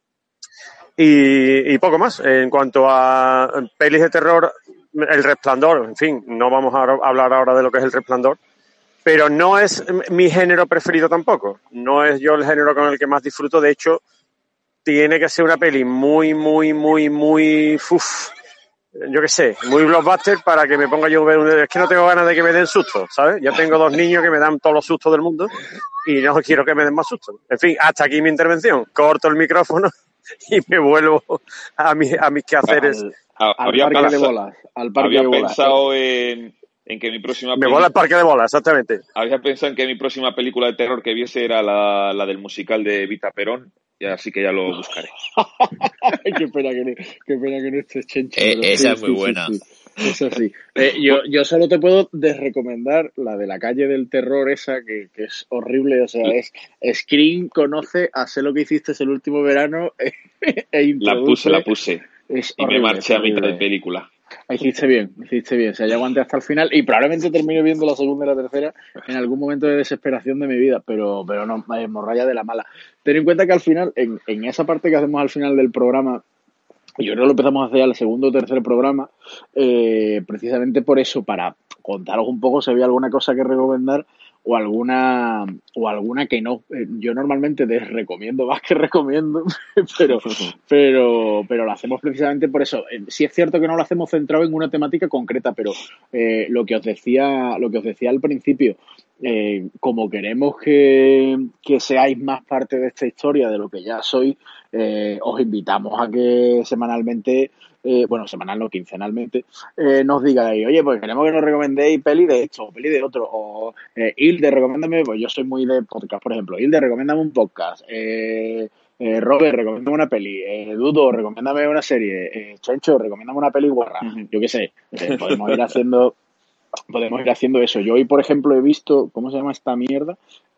S5: Y poco más. En cuanto a pelis de terror, El Resplandor, en fin, no vamos a hablar ahora de lo que es El Resplandor, pero no es mi género preferido tampoco. No es yo el género con el que más disfruto. De hecho, tiene que ser una peli muy, muy, muy, muy, yo qué sé, muy blockbuster para que me ponga yo a ver. Es que no tengo ganas de que me den susto, ¿sabes? Yo tengo 2 niños que me dan todos los sustos del mundo y no quiero que me den más sustos. En fin, hasta aquí mi intervención. Corto el micrófono y me vuelvo a mis quehaceres.
S2: Al parque de bolas.
S8: Había pensado en que mi próxima
S5: Me voy al parque de bolas, exactamente.
S8: Había pensado en que mi próxima película de terror que viese era la del musical de Evita Perón, y así que ya lo buscaré.
S2: Qué pena que no estés, Chencho.
S7: Esa es muy buena.
S2: Sí. Eso sí. Yo solo te puedo desrecomendar la de la calle del terror esa, que es horrible. O sea, es Scream conoce a Sé lo que hiciste el último verano e introduce...
S8: La puse.
S2: Es
S8: y
S2: horrible,
S8: me marché a mitad de película.
S2: Hiciste bien. O sea, ya aguanté hasta el final y probablemente termine viendo la segunda y la tercera en algún momento de desesperación de mi vida, pero no, hemorragia de la mala. Ten en cuenta que al final, en esa parte que hacemos al final del programa, yo creo que lo empezamos a hacer al segundo o tercer programa, precisamente por eso, para contaros un poco si había alguna cosa que recomendar o alguna que no. Yo normalmente desrecomiendo más que recomiendo, pero lo hacemos precisamente por eso. Sí es cierto que no lo hacemos centrado en una temática concreta, pero lo que os decía al principio, como queremos que seáis más parte de esta historia de lo que ya sois, os invitamos a que semanalmente, semanal no, quincenalmente, nos digáis, oye, pues queremos que nos recomendéis peli de esto, o peli de otro, o Hilde, recomiéndame, pues yo soy muy de podcast, por ejemplo, Hilde, recomiéndame un podcast, Robert, recomiéndame una peli, Dudo, recomiéndame una serie, Chencho, recomiéndame una peli guarra, yo qué sé, podemos ir haciendo podemos ir haciendo eso. Yo hoy, por ejemplo, he visto, ¿cómo se llama esta mierda?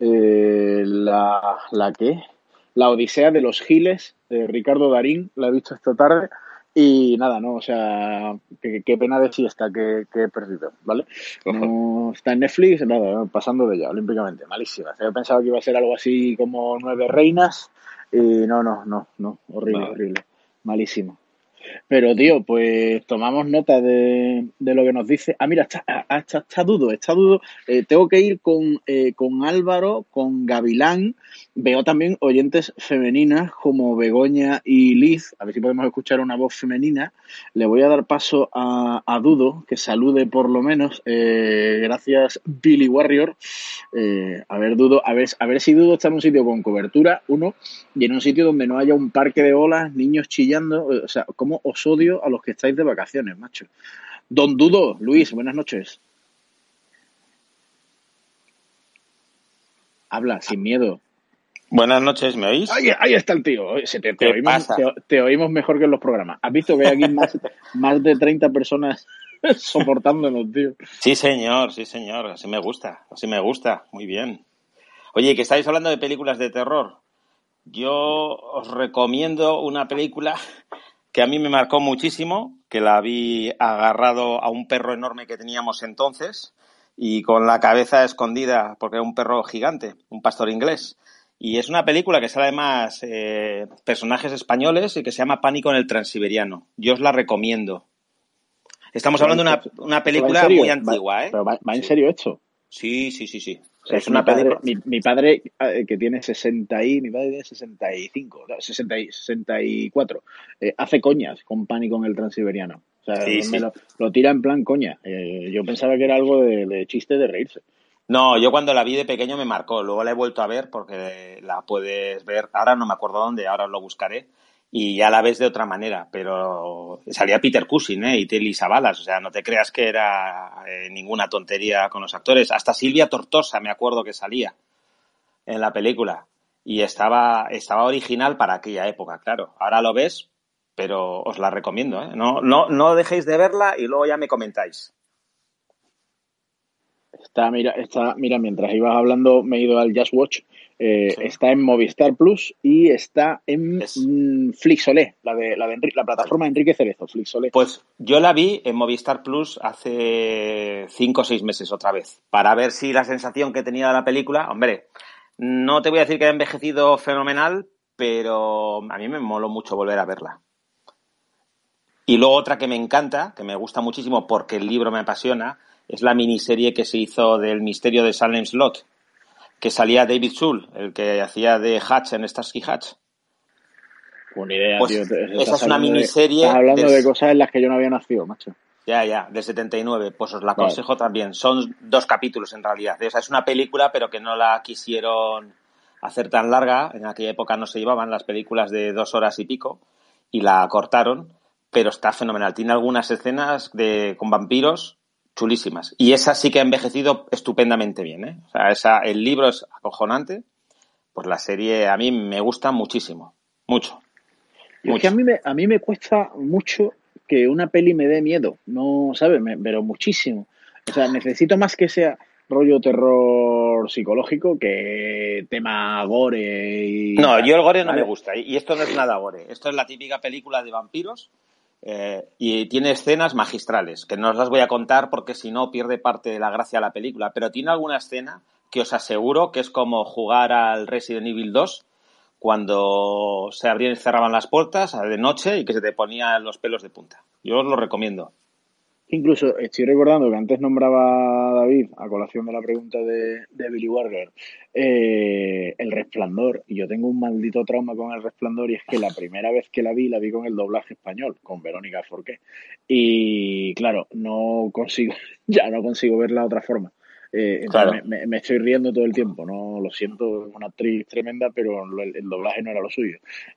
S2: ¿La qué? La Odisea de los Giles, de Ricardo Darín, la he visto esta tarde. Y nada, ¿no? O sea, qué pena de siesta que he perdido, ¿vale? No está en Netflix, nada, pasando de ella, olímpicamente, malísima. Yo pensaba que iba a ser algo así como 9 reinas y no, horrible, horrible, malísimo. Pero, tío, pues tomamos nota de lo que nos dice. Ah, mira, está Dudo. Tengo que ir con Álvaro, con Gavilán. Veo también oyentes femeninas como Begoña y Liz. A ver si podemos escuchar una voz femenina. Le voy a dar paso a Dudo, que salude por lo menos. Gracias, Billy Warrior. A ver, Dudo, a ver si Dudo está en un sitio con cobertura, uno, y en un sitio donde no haya un parque de olas, niños chillando. O sea, ¿cómo os odio a los que estáis de vacaciones, macho? Don Dudo, Luis, buenas noches. Habla, sin miedo.
S9: Buenas noches, ¿me oís?
S2: Ahí está el tío. Te oímos mejor que en los programas. ¿Has visto que hay aquí más de 30 personas soportándonos, tío?
S9: Sí, señor. Así me gusta. Muy bien. Oye, que estáis hablando de películas de terror. Yo os recomiendo una película que a mí me marcó muchísimo, que la vi agarrado a un perro enorme que teníamos entonces y con la cabeza escondida porque era un perro gigante, un pastor inglés. Y es una película que sale además personajes españoles y que se llama Pánico en el Transiberiano. Yo os la recomiendo. Estamos hablando de una película muy antigua, ¿eh?
S2: ¿Pero va en serio esto?
S9: Sí.
S2: O sea, es una película. Mi padre, que tiene 60 y mi padre tiene 65, 64, hace coñas con Pánico en el Transiberiano. O sea,
S9: sí.
S2: Lo tira en plan coña. Yo pensaba que era algo de chiste de reírse.
S9: No, yo cuando la vi de pequeño me marcó. Luego la he vuelto a ver porque la puedes ver. Ahora no me acuerdo dónde, ahora lo buscaré. Y ya la ves de otra manera, pero salía Peter Cushing, y Telly Savalas, o sea, no te creas que era ninguna tontería con los actores. Hasta Silvia Tortosa me acuerdo que salía en la película y estaba original para aquella época, claro. Ahora lo ves, pero os la recomiendo, ¿eh? No dejéis de verla y luego ya me comentáis.
S2: Mira, mientras ibas hablando me he ido al Just Watch. Sí. Está en Movistar Plus y está en Flixolé, la plataforma de Enrique Cerezo, Flixolé.
S9: Pues yo la vi en Movistar Plus hace 5 o 6 meses otra vez, para ver si la sensación que tenía de la película, hombre, no te voy a decir que ha envejecido fenomenal, pero a mí me moló mucho volver a verla. Y luego otra que me encanta, que me gusta muchísimo porque el libro me apasiona, es la miniserie que se hizo del misterio de Salem Slot, que salía David Soul, el que hacía de Hatch en Starsky Hatch.
S2: Buena idea,
S9: pues
S2: tío.
S9: Esa es una miniserie.
S2: Estás hablando de cosas en las que yo no había nacido, macho.
S9: Ya, del 79. Pues os la aconsejo también. Son 2 capítulos en realidad. O sea, es una película, pero que no la quisieron hacer tan larga. En aquella época no se llevaban las películas de 2 horas y pico y la cortaron, pero está fenomenal. Tiene algunas escenas con vampiros chulísimas. Y esa sí que ha envejecido estupendamente bien, ¿eh? O sea, el libro es acojonante, pues la serie a mí me gusta muchísimo. Mucho.
S2: Es que a mí me cuesta mucho que una peli me dé miedo, no, ¿sabes? Pero muchísimo. O sea, necesito más que sea rollo terror psicológico que tema gore y...
S9: No, yo el gore no me gusta. Y esto no es nada gore. Esto es la típica película de vampiros. Y tiene escenas magistrales, que no os las voy a contar porque si no pierde parte de la gracia de la película, pero tiene alguna escena que os aseguro que es como jugar al Resident Evil 2 cuando se abrían y cerraban las puertas de noche y que se te ponían los pelos de punta. Yo os lo recomiendo.
S2: Incluso estoy recordando que antes nombraba a David, a colación de la pregunta de Billy Warrior, El Resplandor. Y yo tengo un maldito trauma con El Resplandor y es que la primera vez que la vi con el doblaje español, con Verónica Forqué. Y claro, no consigo verla de otra forma.
S9: Claro.
S2: Me estoy riendo todo el tiempo, no lo siento, es una actriz tremenda, pero el doblaje no era lo suyo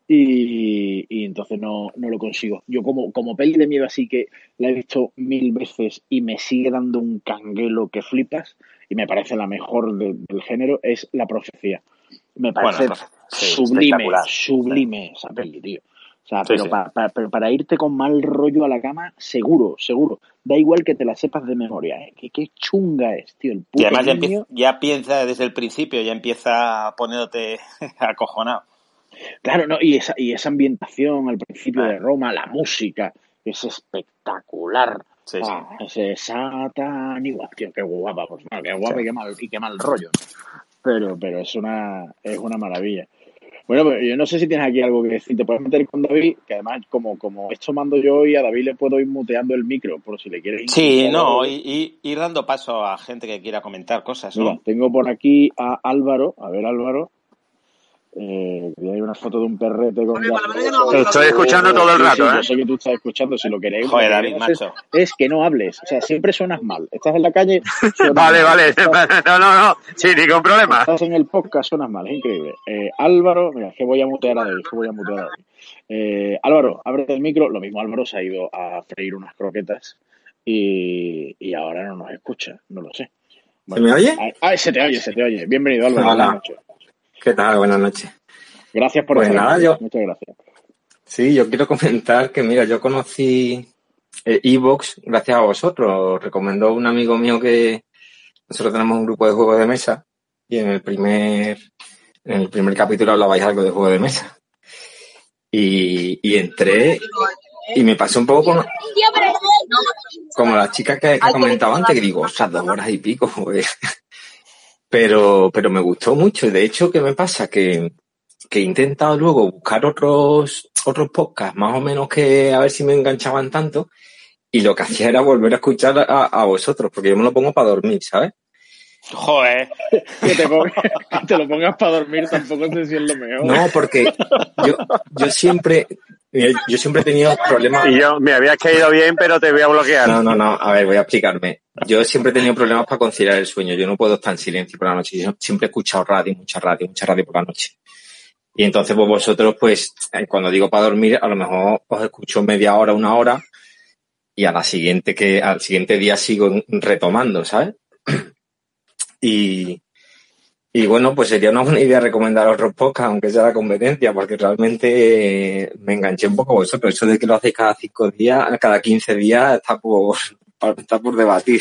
S2: y entonces no lo consigo. Yo como peli de miedo así que la he visto 1000 veces y me sigue dando un canguelo que flipas y me parece la mejor del género, es La Profecía. Me parece sublime esa peli, tío. O sea,
S9: Sí,
S2: pero
S9: sí.
S2: pero para irte con mal rollo a la cama, seguro. Da igual que te la sepas de memoria, ¿eh? Qué chunga es, tío, el
S9: Y
S2: puto
S9: además
S2: niño.
S9: ya piensa desde el principio, ya empieza poniéndote acojonado.
S2: Claro, no, y esa ambientación al principio
S9: Ah,
S2: de Roma, la música, es espectacular.
S9: sí, sí.
S2: Ese Satan, igual, tío, qué guapa, pues, bueno, qué guapa
S9: Sí.
S2: y qué mal rollo, ¿no? Pero es una maravilla. Bueno, pues yo no sé si tienes aquí algo que decir. Te puedes meter con David, que además, como esto mando yo hoy, a David le puedo ir muteando el micro, por si le quieres
S9: Sí,
S2: insultar o
S9: no,
S2: algo.
S9: y ir dando paso a gente que quiera comentar cosas,
S2: Mira,
S9: ¿no?
S2: tengo por aquí a Álvaro. A ver, Álvaro. Y hay una foto de un perrete con gafas.
S5: Te estoy escuchando todo el
S2: Sí,
S5: rato,
S2: yo
S5: ¿eh?
S2: sé que tú estás escuchando. Si lo queréis, lo
S9: Joder,
S2: que
S9: David,
S2: queremos
S9: macho.
S2: es que no hables. O sea, siempre suenas mal. Estás en la calle, suenas
S5: Vale,
S2: mal.
S5: vale. No. Sí, ningún problema.
S2: Estás en el podcast, suenas mal. Es increíble. Álvaro, mira, es que voy a mutear a David. Álvaro, ábrete el micro. Lo mismo, Álvaro se ha ido a freír unas croquetas y ahora no nos escucha. No lo sé.
S10: ¿Se me oye?
S2: Se te oye. Bienvenido, Álvaro. Buenas
S10: Hola,
S2: noches.
S10: ¿qué tal? Buenas noches.
S2: Gracias por
S10: Pues
S2: estar
S10: nada,
S2: aquí. Muchas gracias.
S10: Sí, yo quiero comentar que, mira, yo conocí Evox gracias a vosotros. Os recomendó un amigo mío que nosotros tenemos un grupo de juegos de mesa y en el primer capítulo hablabais algo de juego de mesa. Y entré y me pasó un poco como las chicas que comentaba antes, que digo, ostras, 2 horas y pico, pues. Pero me gustó mucho. Y de hecho, ¿qué me pasa? Que he intentado luego buscar otros podcasts, más o menos, que a ver si me enganchaban tanto, y lo que hacía era volver a escuchar a vosotros, porque yo me lo pongo para dormir, ¿sabes?
S9: Joder.
S2: Que te lo pongas para dormir tampoco sé si es lo mejor.
S10: No, porque yo siempre he tenido problemas.
S5: Y yo me habías caído bien, pero te voy a bloquear.
S10: No, a ver, voy a explicarme. Yo siempre he tenido problemas para conciliar el sueño. Yo no puedo estar en silencio por la noche. Yo siempre he escuchado mucha radio por la noche. Y entonces, pues vosotros, pues, cuando digo para dormir, a lo mejor os escucho media hora, 1 hora, y al siguiente día sigo retomando, ¿sabes? Y bueno, pues sería una buena idea recomendar otros podcasts, aunque sea la competencia, porque realmente me enganché un poco a vosotros. Eso de que lo hacéis cada 5 días, cada 15 días, está por debatir.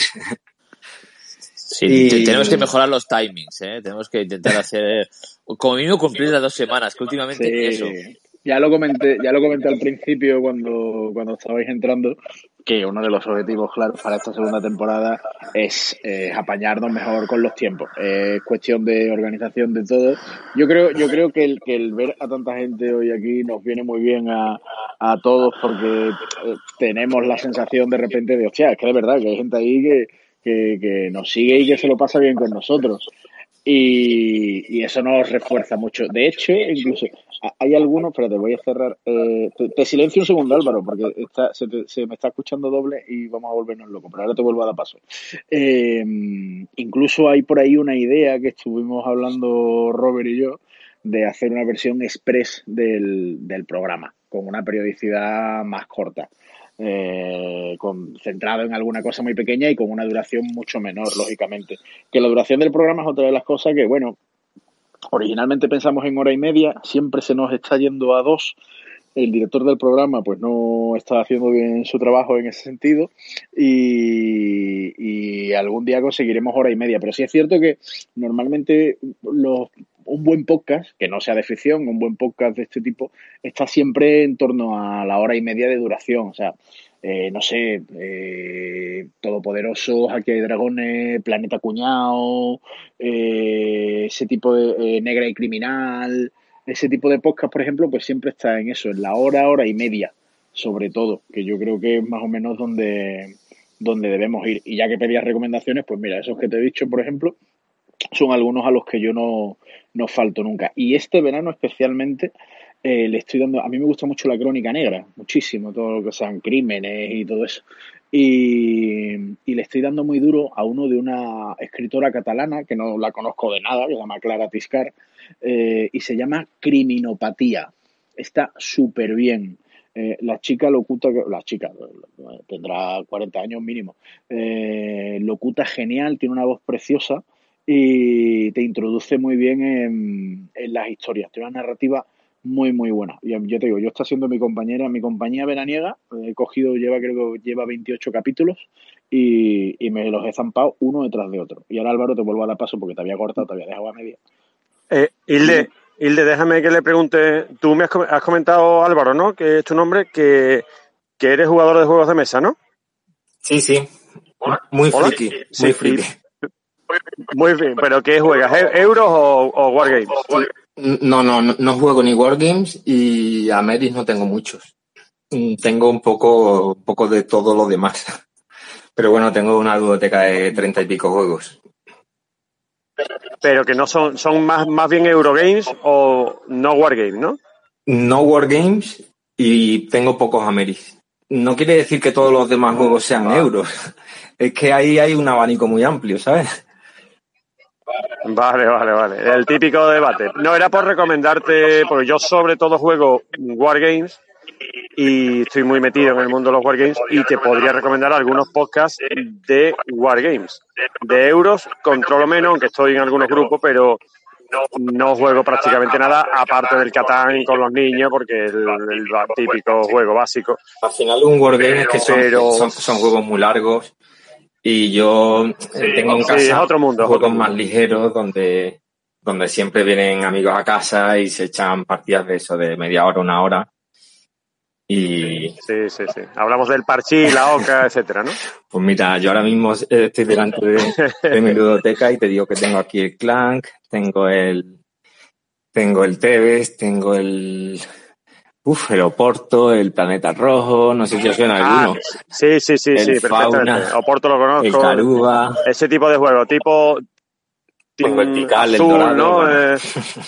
S7: Sí, tenemos que mejorar los timings, ¿eh? Tenemos que intentar hacer, como mínimo, cumplir las 2 semanas, que últimamente ni eso.
S2: Ya lo comenté al principio cuando estabais entrando, que uno de los objetivos claros para esta segunda temporada es apañarnos mejor con los tiempos. Es cuestión de organización de todo. Yo creo que el ver a tanta gente hoy aquí nos viene muy bien a todos, porque tenemos la sensación de repente de, hostia, es que de verdad que hay gente ahí que nos sigue y que se lo pasa bien con nosotros. Y eso nos refuerza mucho. De hecho, incluso hay algunos, pero te voy a cerrar. Te silencio un segundo, Álvaro, porque se me está escuchando doble y vamos a volvernos locos, pero ahora te vuelvo a dar paso. Incluso hay por ahí una idea que estuvimos hablando Robert y yo de hacer una versión express del programa, con una periodicidad más corta. Centrado en alguna cosa muy pequeña y con una duración mucho menor, lógicamente. Que la duración del programa es otra de las cosas que, bueno, originalmente pensamos en 1 hora y media, siempre se nos está yendo a 2. El director del programa pues no está haciendo bien su trabajo en ese sentido y algún día conseguiremos 1 hora y media. Pero sí es cierto que normalmente un buen podcast, que no sea de ficción, un buen podcast de este tipo, está siempre en torno a la 1 hora y media de duración. O sea, no sé, Todopoderosos, Aquí hay dragones, Planeta Cuñado, ese tipo de Negra y Criminal. Ese tipo de podcast, por ejemplo, pues siempre está en eso, en la hora y media, sobre todo, que yo creo que es más o menos donde debemos ir. Y ya que pedías recomendaciones, pues mira, esos que te he dicho, por ejemplo, son algunos a los que yo no falto nunca. Y este verano especialmente le estoy dando, a mí me gusta mucho la crónica negra, muchísimo, todo lo que sean crímenes y todo eso. Y le estoy dando muy duro a uno de una escritora catalana, que no la conozco de nada, que se llama Clara Tiscar, y se llama Criminopatía. Está súper bien. La chica tendrá 40 años mínimo, locuta genial, tiene una voz preciosa y te introduce muy bien en las historias. Tiene una narrativa muy, muy buena. Y yo te digo, yo está siendo mi compañía veraniega, creo que lleva 28 capítulos y me los he zampado uno detrás de otro. Y ahora, Álvaro, te vuelvo a dar paso porque te había cortado, te había dejado a media.
S5: Hilde, déjame que le pregunte, tú me has comentado, Álvaro, ¿no?, que es tu nombre, que eres jugador de juegos de mesa, ¿no?
S10: Sí, muy friki, muy friki.
S5: Muy bien, ¿pero qué juegas? ¿Euros o Wargames?
S10: No juego ni Wargames y Ameris no tengo muchos. Tengo un poco de todo lo demás. Pero bueno, tengo una biblioteca de 30 y pico juegos.
S5: Pero que no son más bien Eurogames o no Wargames, ¿no?
S10: No Wargames y tengo pocos Ameris. No quiere decir que todos los demás juegos sean euros. Es que ahí hay un abanico muy amplio, ¿sabes?
S5: Vale. El típico debate. No, era por recomendarte, porque yo sobre todo juego Wargames y estoy muy metido en el mundo de los Wargames y te podría recomendar algunos podcasts de Wargames. De euros controlo menos, aunque estoy en algunos grupos, pero no juego prácticamente nada, aparte del Catán con los niños, porque es el típico juego básico.
S10: Al final un Wargame es que son juegos muy largos. Y yo tengo en casa juegos más ligeros donde siempre vienen amigos a casa y se echan partidas de eso de media hora, una hora. Y
S5: sí. Hablamos del parchís, la oca, etcétera, ¿no?
S10: Pues mira, yo ahora mismo estoy delante de mi ludoteca y te digo que tengo aquí el Clank, tengo el Tebes, tengo el Oporto, el Planeta Rojo, no sé si os suena alguno.
S5: Sí, perfectamente. Oporto lo conozco.
S10: El Caruba.
S5: Ese tipo de juego, tipo
S10: vertical,
S5: azul,
S10: el dorado,
S5: ¿no?
S10: Bueno.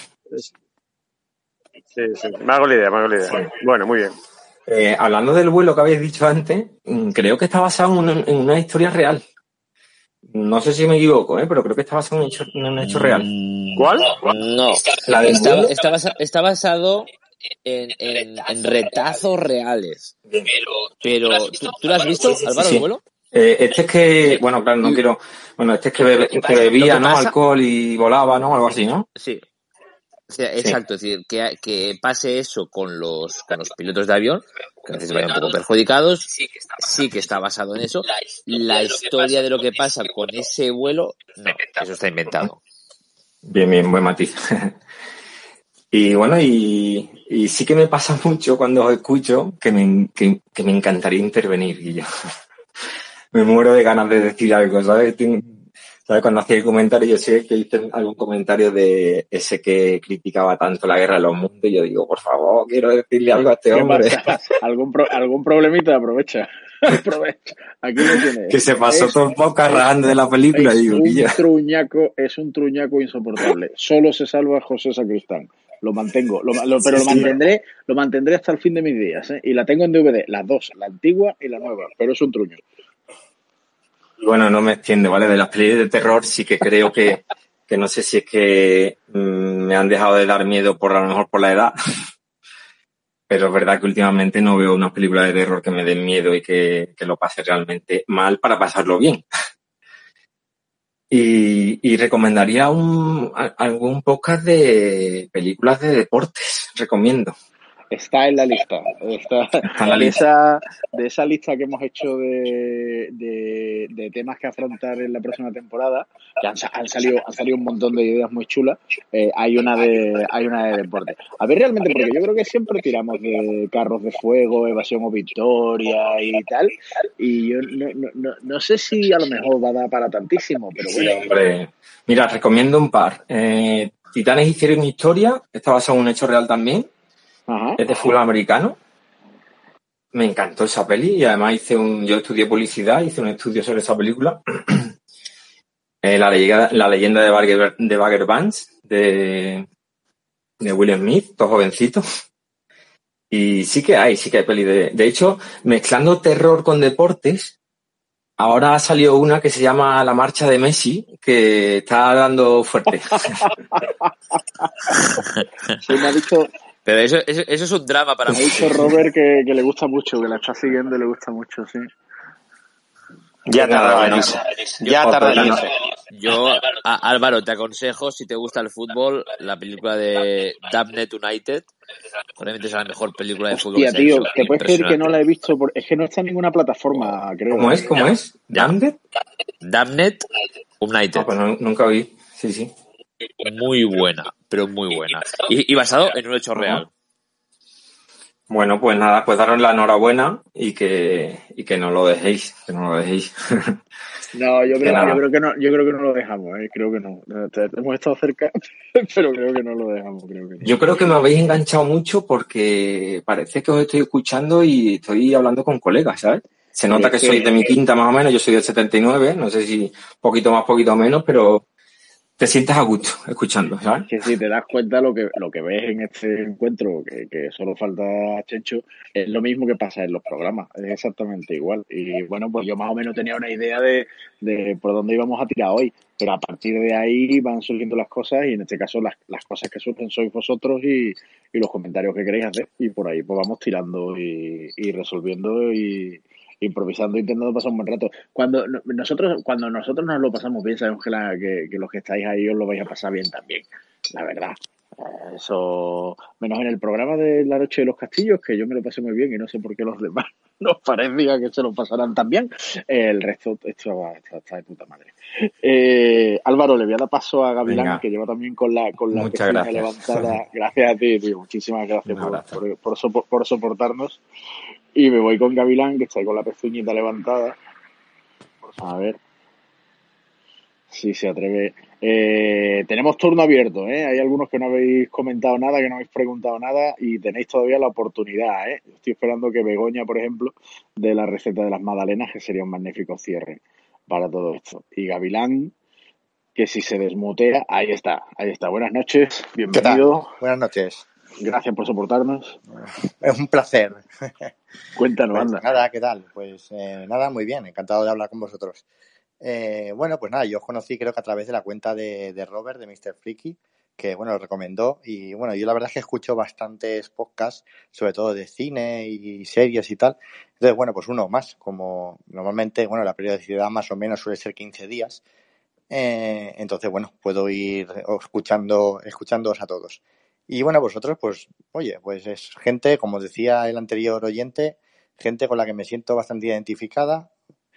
S5: Sí, me hago la idea. Sí. Bueno, muy bien.
S10: Hablando del vuelo que habéis dicho antes, creo que está basado en una historia real. No sé si me equivoco, pero creo que está basado en un hecho real.
S5: ¿Cuál?
S7: No. Está basado en retazos reales. Pero ¿tú lo has visto, Álvaro, el vuelo?
S10: Este es que, bueno, claro, no quiero... Bueno, este es que bebía, ¿no? Alcohol y volaba, ¿no? Algo así, ¿no?
S7: Sí. O sea, exacto, es decir, que pase eso con los pilotos de avión, que a veces vayan un poco perjudicados, sí que está basado en eso. La historia de lo que pasa con ese vuelo, no, eso está inventado.
S10: Bien, buen matiz. Y bueno, y sí que me pasa mucho cuando os escucho que me encantaría intervenir, y yo me muero de ganas de decir algo, ¿sabes? Cuando hacía el comentario, yo sé que hice algún comentario de ese que criticaba tanto la guerra de los mundos y yo digo, por favor, quiero decirle algo a este hombre.
S2: ¿Algún problemita? Aprovecha. Aquí lo tienes.
S10: Que se pasó todo el podcast rajando de la película.
S2: Es un truñaco insoportable. Solo se salva José Sacristán. Lo mantengo, pero lo mantendré hasta el fin de mis días, ¿eh? Y la tengo en DVD, las dos, la antigua y la nueva, pero es un truño.
S10: Bueno, no me extiendo, ¿vale? De las películas de terror sí que creo que no sé si es que me han dejado de dar miedo a lo mejor por la edad, pero es verdad que últimamente no veo una película de terror que me den miedo y que lo pase realmente mal para pasarlo bien. Y recomendaría algún podcast de películas de deportes, recomiendo.
S2: Está en la lista. Está en la lista. De esa lista que hemos hecho de temas que afrontar en la próxima temporada, que han salido un montón de ideas muy chulas. Hay una de deporte. A ver, realmente, porque yo creo que siempre tiramos de carros de fuego, evasión o victoria y tal. Y yo no sé si a lo mejor va a dar para tantísimo, pero bueno.
S10: Sí, hombre. Mira, recomiendo un par. Titanes hicieron historia. Está basado en un hecho real también.
S2: Ajá.
S10: Es de fútbol americano. Me encantó esa peli y además yo estudié publicidad, hice un estudio sobre esa película. La leyenda de Bagger Vance de Will Smith, todo jovencito. Y sí que hay peli de hecho, mezclando terror con deportes, ahora ha salido una que se llama La Marcha de Messi, que está dando fuerte.
S2: Sí, me ha dicho...
S7: Pero eso es un drama para mí.
S2: Me ha dicho Robert que le gusta mucho, que la está siguiendo y le gusta mucho, sí.
S9: Ya tarda en irse.
S7: Yo, Álvaro, te aconsejo, si te gusta el fútbol, la película de Damned United. Probablemente es la mejor película de fútbol.
S2: Hostia, tío, te puedes creer que
S7: Impresionante.
S2: no la he visto, es que no está en ninguna plataforma, creo.
S10: ¿Cómo es? ¿Cómo es? ¿Damned?
S7: Damned United.
S10: No, pues nunca oí. Sí, sí.
S7: Muy buena, pero muy buena. Y basado en un hecho real.
S10: Bueno, pues nada, pues daros la enhorabuena y que no lo dejéis, que no lo dejéis.
S2: No, yo creo que no lo dejamos, creo que no. Hemos estado cerca, pero creo que no lo dejamos, creo que no.
S10: Yo creo que me habéis enganchado mucho porque parece que os estoy escuchando y estoy hablando con colegas, ¿sabes? Se nota que sois de mi quinta más o menos, yo soy del 79, no sé si poquito más, poquito menos, pero te sientes a gusto escuchando, ¿sabes?
S2: Que si te das cuenta lo que ves en este encuentro, que solo falta Chencho, es lo mismo que pasa en los programas, es exactamente igual. Y bueno, pues yo más o menos tenía una idea de por dónde íbamos a tirar hoy, pero a partir de ahí van surgiendo las cosas y en este caso las cosas que surgen sois vosotros y los comentarios que queréis hacer y por ahí pues vamos tirando y resolviendo y improvisando, intentando pasar un buen rato. Cuando nosotros nos lo pasamos bien, sabemos que los que estáis ahí os lo vais a pasar bien también, la verdad. Eso, menos en el programa de La Noche de los Castillos, que yo me lo pasé muy bien y no sé por qué los demás nos parecía que se lo pasarán tan bien. El resto está de puta madre. Álvaro, le voy a dar paso a Gavilán,
S10: Venga.
S2: Que lleva también con la
S10: Muchas
S2: pestaña
S10: gracias.
S2: levantada. Gracias a ti, tío. Muchísimas gracias
S10: Un abrazo.
S2: por soportarnos. Y me voy con Gavilán, que está ahí con la pestañita levantada. A ver si se atreve. Tenemos turno abierto, Hay algunos que no habéis comentado nada, que no habéis preguntado nada y tenéis todavía la oportunidad, Estoy esperando que Begoña, por ejemplo, dé la receta de las magdalenas, que sería un magnífico cierre para todo esto. Y Gavilán, que si se desmutea, ahí está. Buenas noches, bienvenido.
S11: Buenas noches.
S2: Gracias por soportarnos.
S11: Es un placer.
S2: Cuéntanos,
S11: Pues
S2: anda.
S11: nada, ¿qué tal? Pues nada, muy bien, encantado de hablar con vosotros. Bueno, pues nada, yo os conocí creo que a través de la cuenta de Robert, de Mr. Freaky, que bueno, lo recomendó. Y bueno, yo la verdad es que escucho bastantes podcasts, sobre todo de cine y series y tal. Entonces, bueno, pues uno más, como normalmente, bueno, la periodicidad más o menos suele ser 15 días. Entonces, bueno, puedo ir escuchándoos a todos. Y bueno, vosotros, pues, oye, pues es gente, como decía el anterior oyente, gente con la que me siento bastante identificada.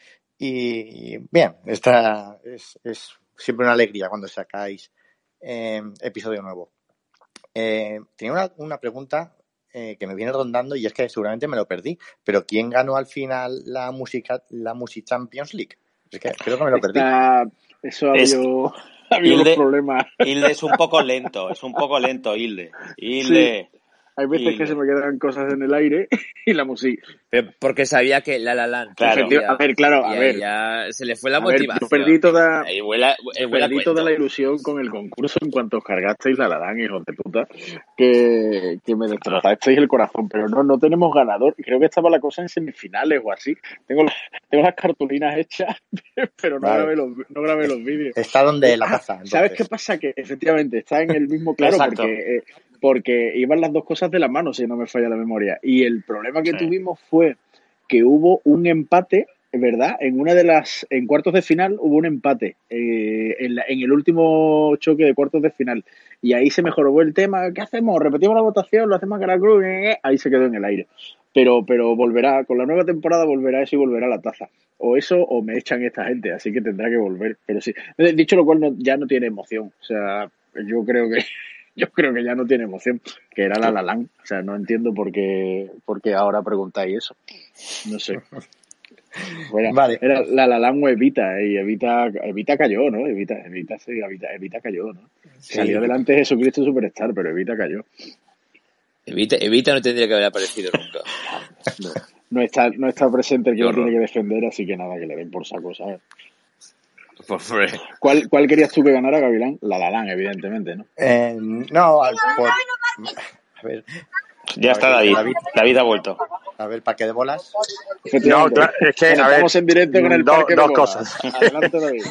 S11: Y bien, esta es siempre una alegría cuando sacáis episodio nuevo. Tenía una pregunta que me viene rondando y es que seguramente me lo perdí, pero ¿quién ganó al final la Music Champions League? Es que creo que me lo perdí.
S2: Eso ha habido unos problemas.
S9: Hilde es un poco lento, Hilde.
S2: Sí. Hay veces que se me quedan cosas en el aire y la música.
S7: Pero porque sabía que La La Land.
S2: Claro. A ver.
S7: Ya se le fue la
S2: motivación. Yo perdí toda la ilusión con el concurso en cuanto os cargasteis La La Land, hijos de puta, que me destrozasteis el corazón. Pero no tenemos ganador. Creo que estaba la cosa en semifinales o así. Tengo las cartulinas hechas, pero no grabé los vídeos.
S11: Está donde la taza. Entonces.
S2: ¿Sabes qué pasa? Que efectivamente está en el mismo claro porque iban las dos cosas de la mano, si no me falla la memoria. Y el problema que tuvimos fue que hubo un empate, ¿verdad? En cuartos de final hubo un empate en el último choque de cuartos de final. Y ahí se mejoró el tema. ¿Qué hacemos? ¿Repetimos la votación? ¿Lo hacemos a cara cruz? Ahí se quedó en el aire. Pero volverá, con la nueva temporada volverá eso y volverá la taza. O eso o me echan esta gente, así que tendrá que volver. Pero sí, dicho lo cual ya no tiene emoción. O sea, yo creo que ya no tiene emoción, que era La La Land. O sea, no entiendo por qué ahora preguntáis eso. No sé. Bueno, vale. Era La La Land o Evita, y Evita cayó, ¿no? Evita cayó, ¿no? Sí. Salió adelante Jesucristo Superstar, pero Evita cayó.
S7: Evita no tendría que haber aparecido nunca.
S2: No está presente el que lo tiene que defender, así que nada, que le den por saco, ¿sabes? ¿Cuál querías tú que ganara, Gavilán? La La Land, evidentemente, ¿no?
S11: A ver.
S9: Ya está David. David ha vuelto.
S11: A ver, parque de bolas.
S5: No, claro, es que
S2: estamos en directo con el parque de bolas.
S5: Dos cosas.
S2: Adelante, David.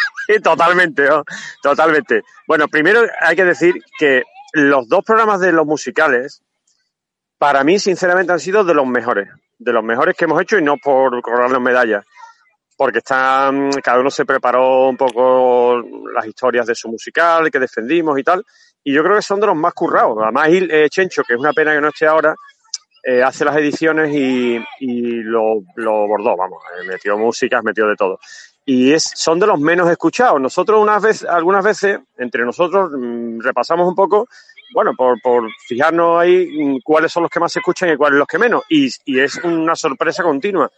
S5: Totalmente. Bueno, primero hay que decir que los dos programas de los musicales, para mí, sinceramente, han sido de los mejores que hemos hecho, y no por cobrarnos medallas. porque cada uno se preparó un poco las historias de su musical que defendimos y tal, y yo creo que son de los más currados. Además, Chencho, que es una pena que no esté ahora, hace las ediciones y lo bordó, vamos, metió músicas, metió de todo. Y son de los menos escuchados. Nosotros algunas veces, entre nosotros, repasamos un poco, bueno, por fijarnos ahí cuáles son los que más se escuchan y cuáles los que menos. Y es una sorpresa continua.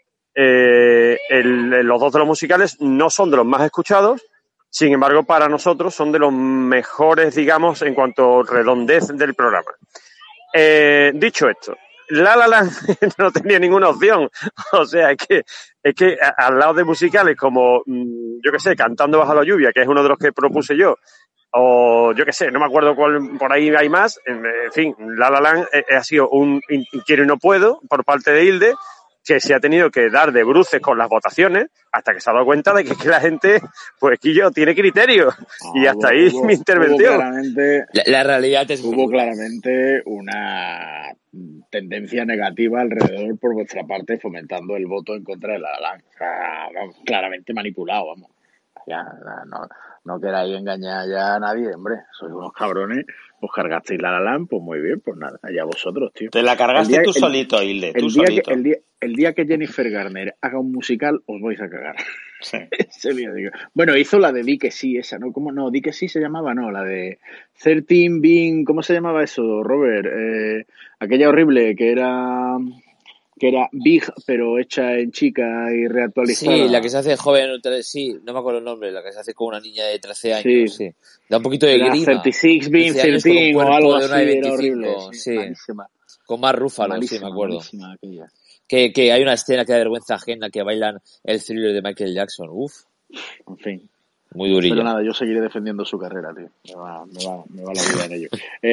S5: Los dos de los musicales no son de los más escuchados, sin embargo, para nosotros son de los mejores, digamos, en cuanto a redondez del programa. Dicho esto, La La Land no tenía ninguna opción. O sea, es que al lado de musicales como, yo qué sé, Cantando bajo la lluvia, que es uno de los que propuse yo, o yo qué sé, no me acuerdo cuál, por ahí hay más, en fin, La La Land ha sido un quiero y no puedo por parte de Hilde, que se ha tenido que dar de bruces con las votaciones hasta que se ha dado cuenta de que la gente, pues Quillo, tiene criterio. Y hasta ahí mi intervención.
S7: La realidad es
S2: hubo claramente una tendencia negativa alrededor por vuestra parte, fomentando el voto en contra de La La Land. O sea, vamos, claramente manipulado, vamos. Ya, no queráis engañar ya a nadie, hombre. Sois unos cabrones, os cargasteis La La Land, pues muy bien, pues nada, allá vosotros, tío.
S9: Te la cargaste tú solito, Hilde, tú solito.
S2: El día que Jennifer Garner haga un musical, os vais a cagar. Sí. Ese día digo. Bueno, hizo la de Di que sí, esa, ¿no? ¿Cómo no? Di que sí se llamaba, no, la de 13 Being, ¿cómo se llamaba eso, Robert? Aquella horrible que era Big, pero hecha en chica y reactualizada.
S7: Sí, la que se hace joven, sí, no me acuerdo el nombre, la que se hace con una niña de 13 años, sí. Da un poquito de grima.
S2: 36 Being 13 o algo así,
S7: era
S2: horrible.
S7: Sí. Con Mark Ruffalo, sí, me acuerdo.
S2: Aquella.
S7: Que hay una escena que da vergüenza ajena, que bailan el Thriller de Michael Jackson. Uf.
S2: En fin.
S7: Muy durilla.
S2: Pero nada, yo seguiré defendiendo su carrera, tío. Me va la vida en ello.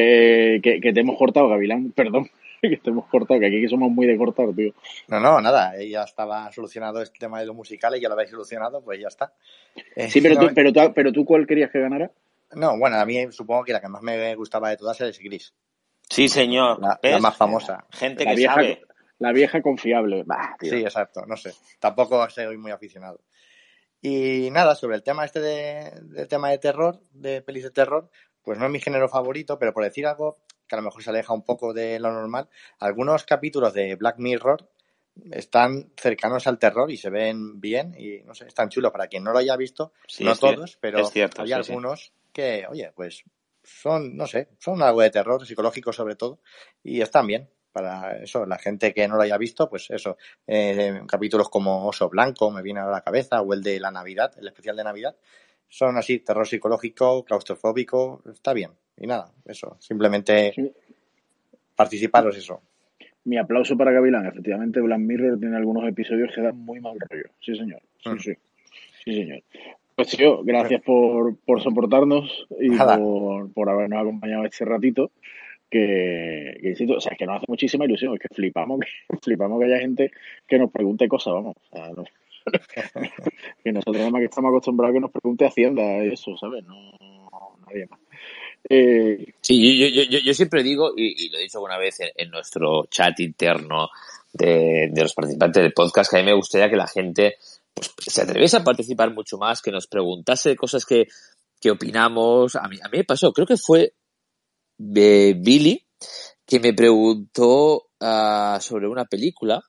S2: Que te hemos cortado, Gavilán, perdón. Que te hemos cortado, que aquí somos muy de cortar, tío.
S11: No, nada, ya estaba solucionado este tema de los musicales, ya lo habéis solucionado, pues ya está.
S2: Sí, pero tú, ¿cuál querías que ganara?
S11: No, bueno, a mí supongo que la que más me gustaba de todas es Gris.
S9: Sí, señor.
S11: La más famosa.
S9: Gente que sabe.
S2: La vieja confiable. Bah, tío.
S11: Sí, exacto, no sé. Tampoco soy muy aficionado. Y nada, sobre el tema del tema de terror, de pelis de terror, pues no es mi género favorito, pero por decir algo que a lo mejor se aleja un poco de lo normal, algunos capítulos de Black Mirror están cercanos al terror y se ven bien y no sé, están chulos para quien no lo haya visto, sí, no todos, pero hay algunos que, oye, pues son, no sé, son algo de terror psicológico sobre todo y están bien. Para eso, la gente que no lo haya visto, pues eso, capítulos como Oso Blanco me viene a la cabeza, o el de la Navidad, el especial de Navidad, son así, terror psicológico, claustrofóbico, está bien. Y nada, eso, simplemente participaros eso.
S2: Mi aplauso para Gavilán, efectivamente Black Mirror tiene algunos episodios que dan muy mal rollo, sí señor, sí señor. Pues tío, gracias por soportarnos y por habernos acompañado este ratito. Que insisto, o sea, es que nos hace muchísima ilusión, es que flipamos que haya gente que nos pregunte cosas, vamos, o sea, no, que nosotros nada más que estamos acostumbrados a que nos pregunte Hacienda y eso, ¿sabes? No nadie más.
S7: Sí, yo siempre digo, y lo he dicho alguna vez en nuestro chat interno de los participantes del podcast, que a mí me gustaría que la gente pues se atreviese a participar mucho más, que nos preguntase cosas que opinamos. A mí me pasó, creo que fue de Billy, que me preguntó sobre una película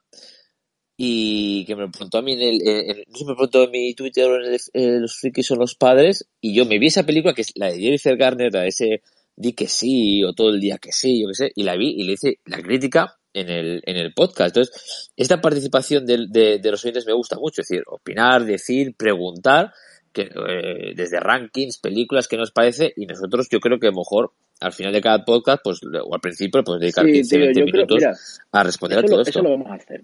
S7: y que me lo preguntó a mí no sé, me preguntó en mi Twitter los frikis son los padres, y yo me vi esa película que es la de Jennifer Garner, la de ese di que sí o todo el día que sí, yo qué sé, y la vi y le hice la crítica en el podcast. Entonces, esta participación de los oyentes me gusta mucho, es decir, opinar, decir, preguntar, que desde rankings, películas, ¿qué nos parece? Y nosotros, yo creo que a lo mejor al final de cada podcast, pues, o al principio, pues dedicar 15, 20 minutos a responder a todo esto.
S2: Eso lo vamos a hacer.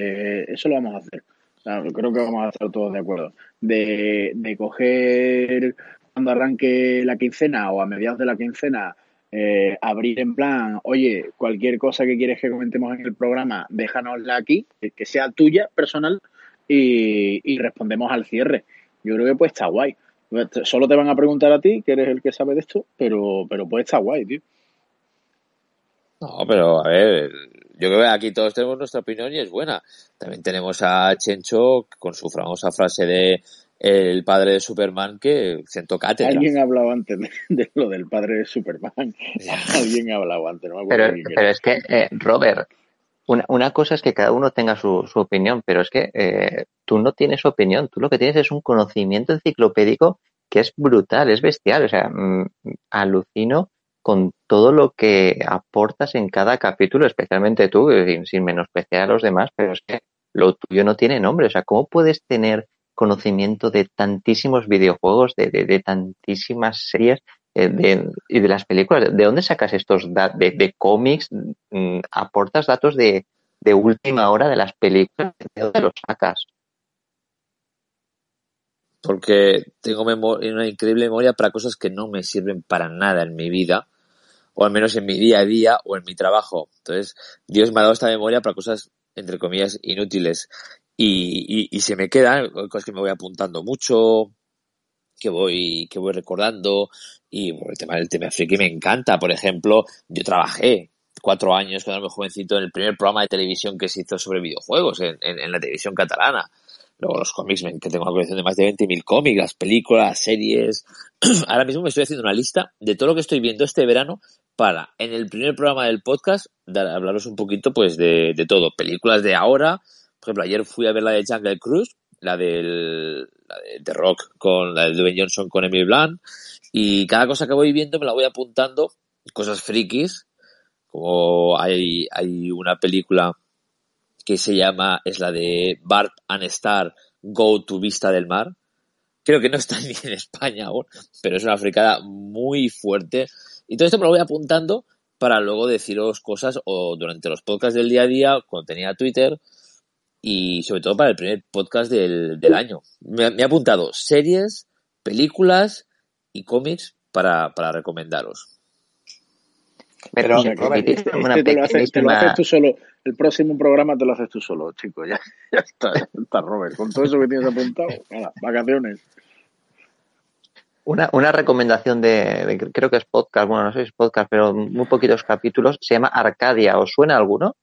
S2: O sea, creo que vamos a estar todos de acuerdo. De coger cuando arranque la quincena o a mediados de la quincena, abrir en plan, oye, cualquier cosa que quieres que comentemos en el programa, déjanosla aquí, que sea tuya, personal, y respondemos al cierre. Yo creo que puede estar guay. Solo te van a preguntar a ti, que eres el que sabe de esto, pero puede estar guay, tío.
S7: No, pero a ver, yo creo que aquí todos tenemos nuestra opinión y es buena. También tenemos a Chencho con su famosa frase de el padre de Superman que sentó cátedra.
S2: Alguien ha hablado antes de lo del padre de Superman. Alguien ha hablado antes, no me acuerdo quién
S4: Pero
S2: era.
S4: es que, Robert, una cosa es que cada uno tenga su opinión, pero es que tú no tienes opinión, tú lo que tienes es un conocimiento enciclopédico que es brutal, es bestial, o sea, alucino con todo lo que aportas en cada capítulo, especialmente tú, sin menospreciar a los demás, pero es que lo tuyo no tiene nombre, o sea, ¿cómo puedes tener conocimiento de tantísimos videojuegos, de tantísimas series y de las películas? ¿De dónde sacas estos datos de cómics? ¿Aportas datos de última hora de las películas? ¿De dónde los sacas?
S7: Porque tengo una increíble memoria para cosas que no me sirven para nada en mi vida, o al menos en mi día a día o en mi trabajo. Entonces, Dios me ha dado esta memoria para cosas, entre comillas, inútiles. Y se me quedan cosas que me voy apuntando mucho, que voy recordando, y bueno, el tema friki me encanta. Por ejemplo, yo trabajé 4 años cuando era muy jovencito en el primer programa de televisión que se hizo sobre videojuegos en la televisión catalana. Luego los cómics, que tengo una colección de más de 20.000 cómics, las películas, las series. Ahora mismo me estoy haciendo una lista de todo lo que estoy viendo este verano para, en el primer programa del podcast, hablaros un poquito pues de todo. Películas de ahora. Por ejemplo, ayer fui a ver la de Jungle Cruise, la de The Rock con la de Dwayne Johnson con Emily Blunt, y cada cosa que voy viendo me la voy apuntando, cosas frikis, como hay una película que es la de Bart and Star Go to Vista del Mar. Creo que no está ni en España aún, pero es una fricada muy fuerte. Y todo esto me lo voy apuntando para luego deciros cosas o durante los podcasts del día a día, cuando tenía Twitter, y sobre todo para el primer podcast del año. Me he apuntado series, películas y cómics para recomendaros.
S11: Pero,
S2: O sea,
S11: Robert,
S2: te lo haces tú solo. El próximo programa te lo haces tú solo, chicos. Ya está, Robert. Con todo eso que tienes apuntado, nada, vacaciones.
S4: Una recomendación creo que es podcast, bueno, no sé si es podcast, pero muy poquitos capítulos, se llama Arcadia. ¿Os suena alguno?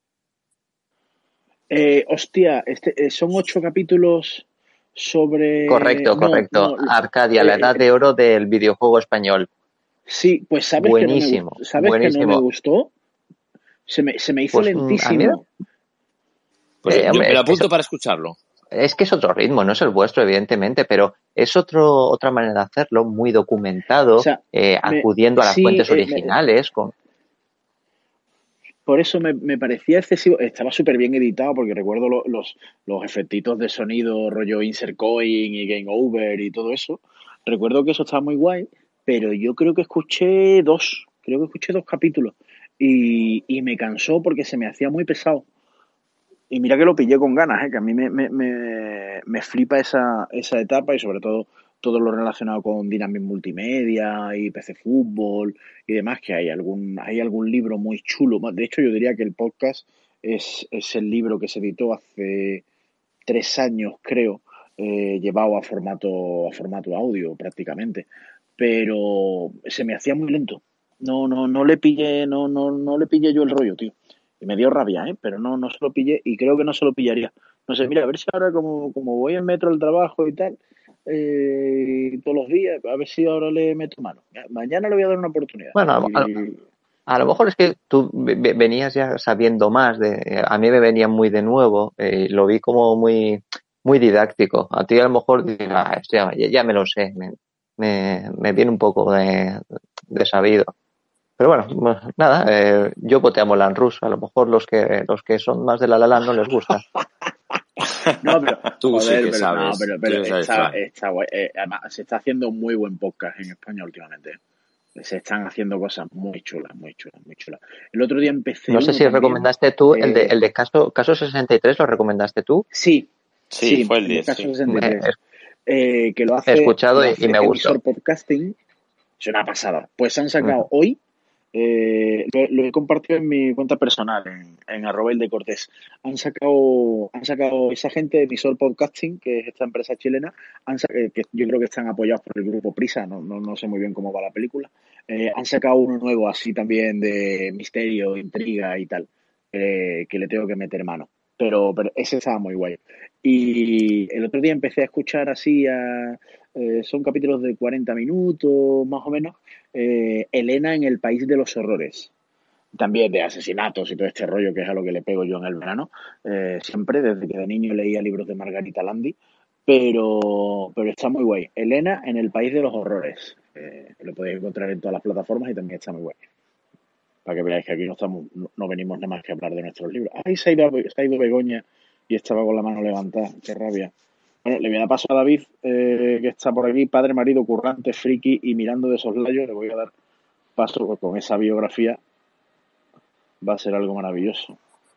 S2: Hostia, son 8 capítulos sobre...
S4: Correcto.
S2: No,
S4: Arcadia, la edad de oro del videojuego español.
S2: Sí, pues sabes
S4: buenísimo,
S2: que no me gustó. Se me hizo
S4: pues,
S2: lentísimo.
S7: Pues yo me lo apunto para escucharlo.
S4: Es que es otro ritmo, no es el vuestro, evidentemente, pero es otra manera de hacerlo, muy documentado,
S2: O sea,
S4: acudiendo a las fuentes originales.
S2: Por eso me parecía excesivo. Estaba súper bien editado porque recuerdo los efectitos de sonido, rollo Insert Coin y Game Over y todo eso. Recuerdo que eso estaba muy guay, pero yo creo que escuché 2 capítulos y me cansó porque se me hacía muy pesado. Y mira que lo pillé con ganas, que a mí me flipa esa etapa y sobre todo lo relacionado con Dynamic Multimedia y PC Fútbol y demás, que hay algún libro muy chulo. De hecho, yo diría que el podcast es el libro que se editó hace 3 años, creo, llevado a formato audio prácticamente. Pero se me hacía muy lento. No le pillé yo el rollo, tío. Y me dio rabia, pero no se lo pillé y creo que no se lo pillaría. No sé, mira, a ver si ahora como voy en metro al trabajo y tal, todos los días, a ver si ahora le meto mano. Mañana le voy a dar una oportunidad.
S4: Bueno, a lo mejor es que tú venías ya sabiendo más. A mí me venía muy de nuevo, lo vi como muy, muy didáctico. A ti a lo mejor dices, esto ya me lo sé, me viene un poco de sabido. Pero bueno, nada, yo voté a Moulin Rouge. A lo mejor los que son más de La La Land no les gusta.
S2: No, pero
S7: tú
S2: joder,
S7: sí que sabes.
S2: pero está guay. Además, se está haciendo muy buen podcast en España últimamente. Se están haciendo cosas muy chulas, muy chulas, muy chulas. El otro día empecé.
S4: No sé si también, recomendaste tú el de caso 63, ¿lo recomendaste tú?
S2: Sí,
S9: fue el 10.
S2: Caso 63. Que lo hace.
S4: He escuchado y me gustó.
S2: Podcasting. Es una pasada. Pues han sacado hoy. Lo he compartido en mi cuenta personal, en @eldecortés. Han sacado esa gente de Emisor Podcasting, que es esta empresa chilena, que yo creo que están apoyados por el grupo Prisa, no sé muy bien cómo va la película. Han sacado uno nuevo así también de misterio, intriga y tal. que le tengo que meter mano. Pero ese estaba muy guay. Y el otro día empecé a escuchar así, son capítulos de 40 minutos, más o menos, Elena en el País de los Horrores. También de asesinatos y todo este rollo, que es a lo que le pego yo en el verano. Siempre, desde que de niño leía libros de Margarita Landi. Pero está muy guay. Elena en el País de los Horrores. Lo podéis encontrar en todas las plataformas y también está muy guay. Para que veáis que aquí no venimos nada más que a hablar de nuestros libros. ¡Ay, se ha ido Begoña y estaba con la mano levantada! ¡Qué rabia! Bueno, le voy a dar paso a David, que está por aquí, padre, marido, currante, friki y mirando de soslayo. Le voy a dar paso, pues, con esa biografía va a ser algo maravilloso.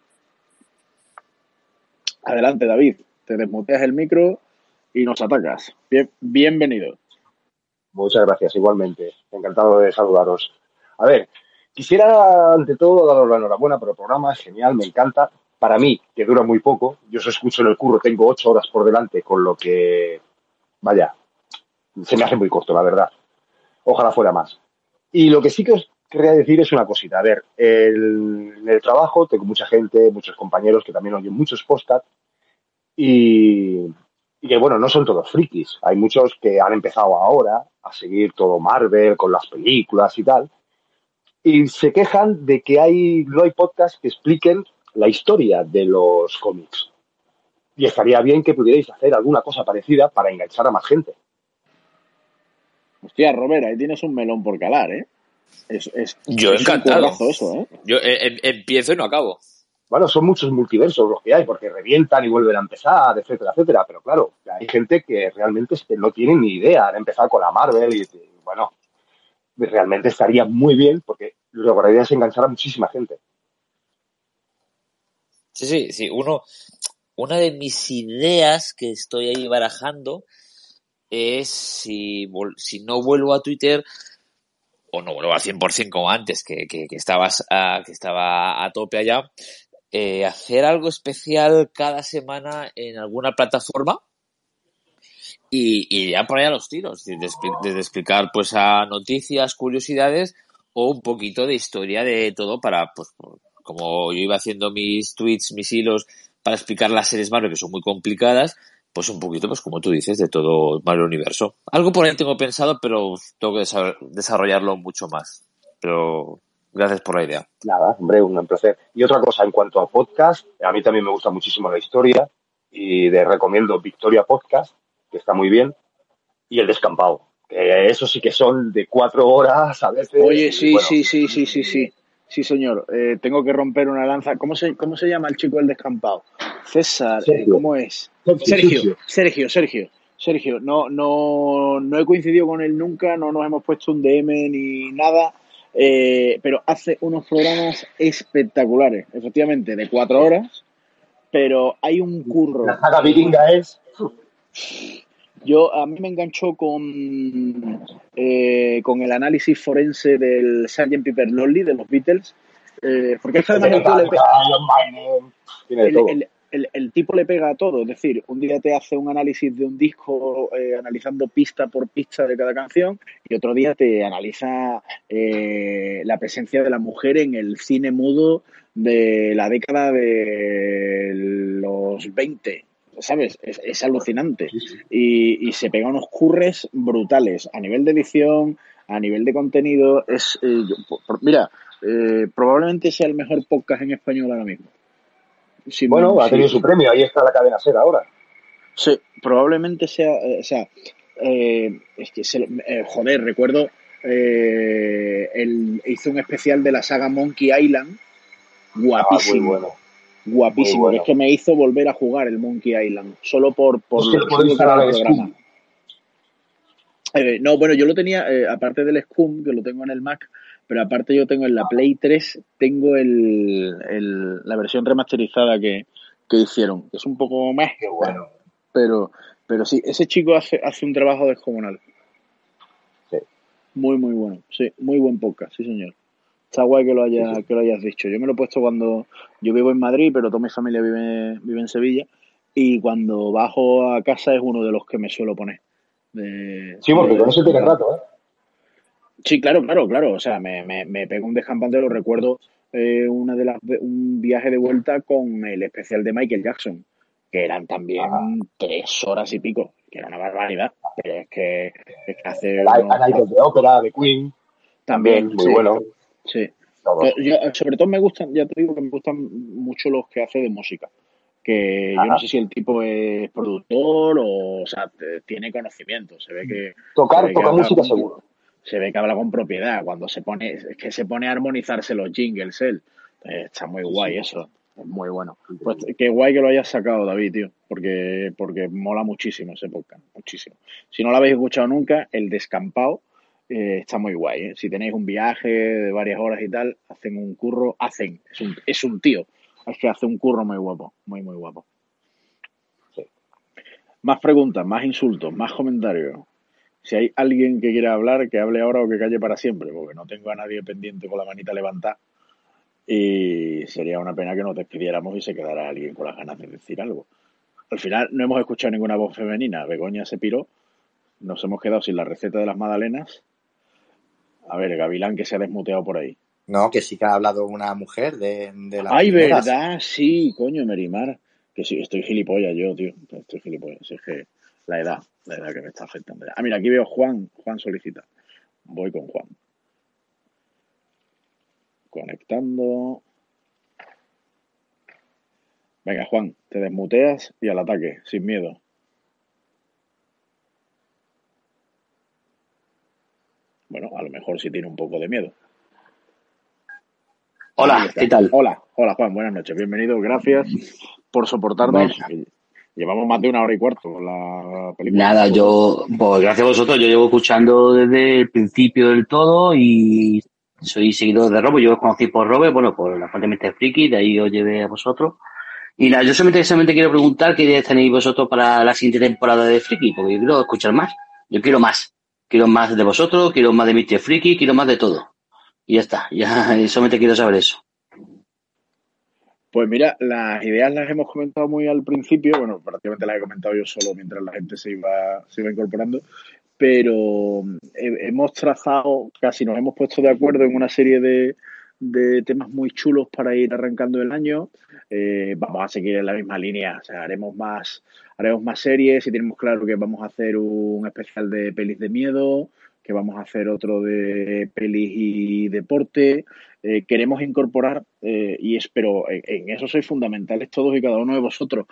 S2: Adelante, David. Te desmuteas el micro y nos atacas. Bienvenido.
S12: Muchas gracias, igualmente. Encantado de saludaros. A ver, quisiera ante todo daros la enhorabuena por el programa, es genial, me encanta. Para mí, que dura muy poco, yo os escucho en el curro, tengo 8 horas por delante, con lo que, vaya, se me hace muy corto, la verdad. Ojalá fuera más. Y lo que sí que os querría decir es una cosita. A ver, en el trabajo tengo mucha gente, muchos compañeros que también oyen muchos podcasts y que, bueno, no son todos frikis. Hay muchos que han empezado ahora a seguir todo Marvel con las películas y tal. Y se quejan de que no hay podcasts que expliquen la historia de los cómics. Y estaría bien que pudierais hacer alguna cosa parecida para enganchar a más gente.
S2: Hostia, Robert, ahí tienes un melón por calar, ¿eh?
S7: Yo
S2: es
S7: encantado.
S2: Un currazo eso, ¿eh?
S7: Yo empiezo y no acabo.
S12: Bueno, son muchos multiversos los que hay, porque revientan y vuelven a empezar, etcétera, etcétera. Pero claro, hay gente que realmente no tiene ni idea. Han empezado con la Marvel y bueno, realmente estaría muy bien porque lograrías enganchar a muchísima gente.
S7: Sí. Una de mis ideas que estoy ahí barajando es si no vuelvo a Twitter o no vuelvo al 100% como antes, que estaba a tope allá, hacer algo especial cada semana en alguna plataforma y ya por allá los tiros, desde explicar pues a noticias, curiosidades o un poquito de historia de todo para, pues, como yo iba haciendo mis tweets, mis hilos para explicar las series Marvel que son muy complicadas, pues un poquito, pues como tú dices, de todo Marvel Universo. Algo por ahí tengo pensado, pero tengo que desarrollarlo mucho más. Pero gracias por la idea.
S12: Nada, hombre, un placer. Y otra cosa, en cuanto a podcast, a mí también me gusta muchísimo la historia y recomiendo Victoria Podcast, que está muy bien, y El Descampado, que eso sí que son de 4 horas a veces.
S2: Oye, sí,
S12: bueno,
S2: sí. Sí, señor. Tengo que romper una lanza. ¿Cómo se llama el chico del Descampado? César.
S12: Sergio.
S2: ¿Cómo es? Sergio. No he coincidido con él nunca, no nos hemos puesto un DM ni nada, pero hace unos programas espectaculares, efectivamente, de 4 horas, pero hay un curro.
S12: La saga vikinga es...
S2: A mí me enganchó con el análisis forense del Sgt. Pepper Lonely de los Beatles, porque es que además el tipo le pega a todo, es decir, un día te hace un análisis de un disco analizando pista por pista de cada canción y otro día te analiza la presencia de la mujer en el cine mudo de la década de los 20. ¿Sabes? Es alucinante. Y se pega unos curres brutales a nivel de edición, a nivel de contenido. Probablemente sea el mejor podcast en español ahora mismo.
S12: Ha tenido su premio, ahí está la cadena SER ahora.
S2: Sí, probablemente sea, recuerdo, él hizo un especial de la saga Monkey Island, guapísimo.
S12: Muy bueno.
S2: Guapísimo, bueno. Que es que me hizo volver a jugar el Monkey Island, solo por
S12: lo que era el programa.
S2: Yo lo tenía, aparte del Scum, que lo tengo en el Mac, pero aparte yo tengo en la Play 3, tengo la versión remasterizada que hicieron, que es un poco más.
S12: Qué bueno.
S2: Pero sí, ese chico hace un trabajo descomunal.
S12: Sí.
S2: Muy, muy bueno. Sí, muy buen podcast, sí, señor. Está guay que lo hayas dicho. Yo me lo he puesto cuando yo vivo en Madrid, pero toda mi familia vive en Sevilla, y cuando bajo a casa es uno de los que me suelo poner.
S12: Porque con eso tiene rato, ¿eh?
S2: Sí, claro. O sea, me pego un descampante, lo recuerdo un viaje de vuelta con el especial de Michael Jackson, que eran también 3 horas y pico, que era una barbaridad. Pero es que hace
S12: A Night of the Opera de Queen, también muy
S2: sí,
S12: bueno.
S2: sí.
S12: Todos.
S2: Yo, sobre todo me gustan, ya te digo que me gustan mucho los que hace de música. Que yo no sé si el tipo es productor o sea, tiene conocimiento. Se ve que
S12: Toca
S2: habla
S12: música seguro.
S2: se ve que habla con propiedad. Cuando se pone a armonizarse los jingles él. Está muy guay eso. Es muy bueno. Pues qué guay que lo hayas sacado, David, tío. Porque mola muchísimo ese podcast. Muchísimo. Si no lo habéis escuchado nunca, el Descampado está muy guay. Si tenéis un viaje de varias horas y tal, hacen un curro. Es un tío. Es que hace un curro muy guapo. Muy, muy guapo.
S12: Sí.
S2: Más preguntas, más insultos, más comentarios. Si hay alguien que quiera hablar, que hable ahora o que calle para siempre, porque no tengo a nadie pendiente con la manita levantada. Y sería una pena que nos despidiéramos y se quedara alguien con las ganas de decir algo. Al final no hemos escuchado ninguna voz femenina. Begoña se piró. Nos hemos quedado sin la receta de las magdalenas. A ver, Gavilán que se ha desmuteado por ahí.
S11: No, que sí que ha hablado una mujer de las
S2: ¡Ay,
S11: primeras.
S2: verdad! Sí, coño, Merimar. Que sí, estoy gilipollas yo, tío. Estoy gilipollas. Es que la edad que me está afectando. Ah, mira, aquí veo Juan solicita. Voy con Juan. Conectando. Venga, Juan, te desmuteas y al ataque, sin miedo. Bueno, a lo mejor sí tiene un poco de miedo.
S13: Hola, ¿qué tal?
S2: Hola, Juan, buenas noches. Bienvenido, gracias por soportarnos.
S13: Bueno.
S2: Llevamos más de 1 hora y cuarto con la película.
S13: Nada, pues gracias a vosotros, yo llevo escuchando desde el principio del todo y soy seguidor de Robert. Yo os conocí por Robert, bueno, por la parte de Mr. Friki, de ahí os llevé a vosotros. Y nada, yo solamente quiero preguntar qué ideas tenéis vosotros para la siguiente temporada de Friki, porque yo quiero escuchar más. Yo quiero más. Quiero más de vosotros, quiero más de Mr. Friki, quiero más de todo. Y ya está, ya solamente quiero saber eso.
S2: Pues mira, las ideas las hemos comentado muy al principio, bueno, prácticamente las he comentado yo solo mientras la gente se iba incorporando, pero hemos trazado, casi nos hemos puesto de acuerdo en una serie de temas muy chulos para ir arrancando el año. Vamos a seguir en la misma línea, o sea, haremos más series y tenemos claro que vamos a hacer un especial de pelis de miedo, que vamos a hacer otro de pelis y deporte. Queremos incorporar, y espero, en eso sois fundamentales todos y cada uno de vosotros,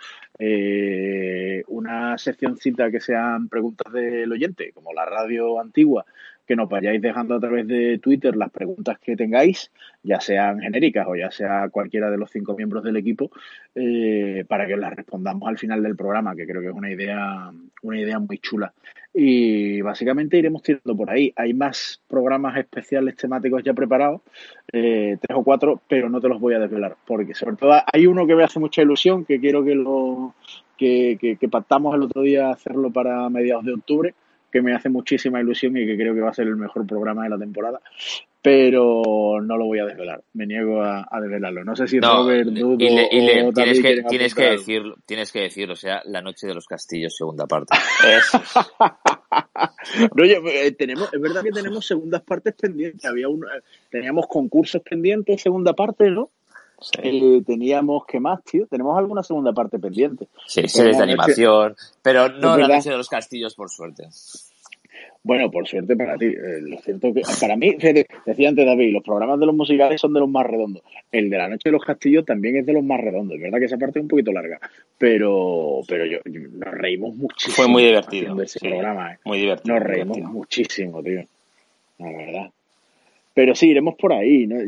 S2: una seccioncita que sean preguntas del oyente, como la radio antigua, que nos vayáis dejando a través de Twitter las preguntas que tengáis, ya sean genéricas o ya sea cualquiera de los 5 miembros del equipo, para que os las respondamos al final del programa, que creo que es una idea muy chula. Y básicamente iremos tirando por ahí. Hay más programas especiales temáticos ya preparados, 3 o 4, pero no te los voy a desvelar, porque sobre todo hay uno que me hace mucha ilusión, que quiero que pactamos el otro día hacerlo para mediados de octubre, que me hace muchísima ilusión y que creo que va a ser el mejor programa de la temporada, pero no lo voy a desvelar, me niego a desvelarlo. No sé si Robert, Dudo o David quieren apuntar algo.
S7: Tienes que decirlo, o sea, La Noche de los Castillos, segunda parte.
S2: No, oye, es verdad que tenemos segundas partes pendientes. Teníamos concursos pendientes, segunda parte, ¿no? Sí. Teníamos, ¿qué más, tío? Tenemos alguna segunda parte pendiente.
S7: Sí, series de animación, pero no La Noche de los Castillos, por suerte.
S2: Bueno, por suerte para ti. Lo cierto que para mí, decía antes David, los programas de los musicales son de los más redondos. El de La Noche de los Castillos también es de los más redondos. Es verdad que esa parte es un poquito larga, pero nos reímos muchísimo.
S9: Fue muy divertido.
S2: Haciendo ese programa,
S9: muy divertido.
S2: Nos reímos muchísimo, tío. La verdad. Pero sí, iremos por ahí, ¿no?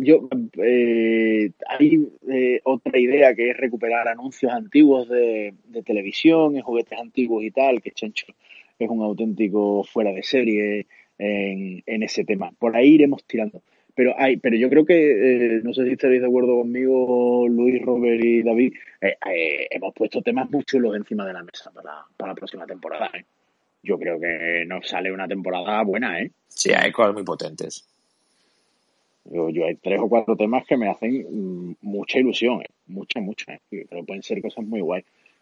S2: Hay otra idea que es recuperar anuncios antiguos de televisión, en juguetes antiguos y tal, que Chencho es un auténtico fuera de serie en ese tema. Por ahí iremos tirando. Pero yo creo que, no sé si estaréis de acuerdo conmigo, Luis, Robert y David, hemos puesto temas muy chulos encima de la mesa para la próxima temporada, ¿eh? Yo creo que nos sale una temporada buena, ¿eh?
S7: Sí, hay cosas muy potentes.
S2: Yo hay 3 o 4 temas que me hacen mucha ilusión, mucha, pero pueden ser cosas muy guay.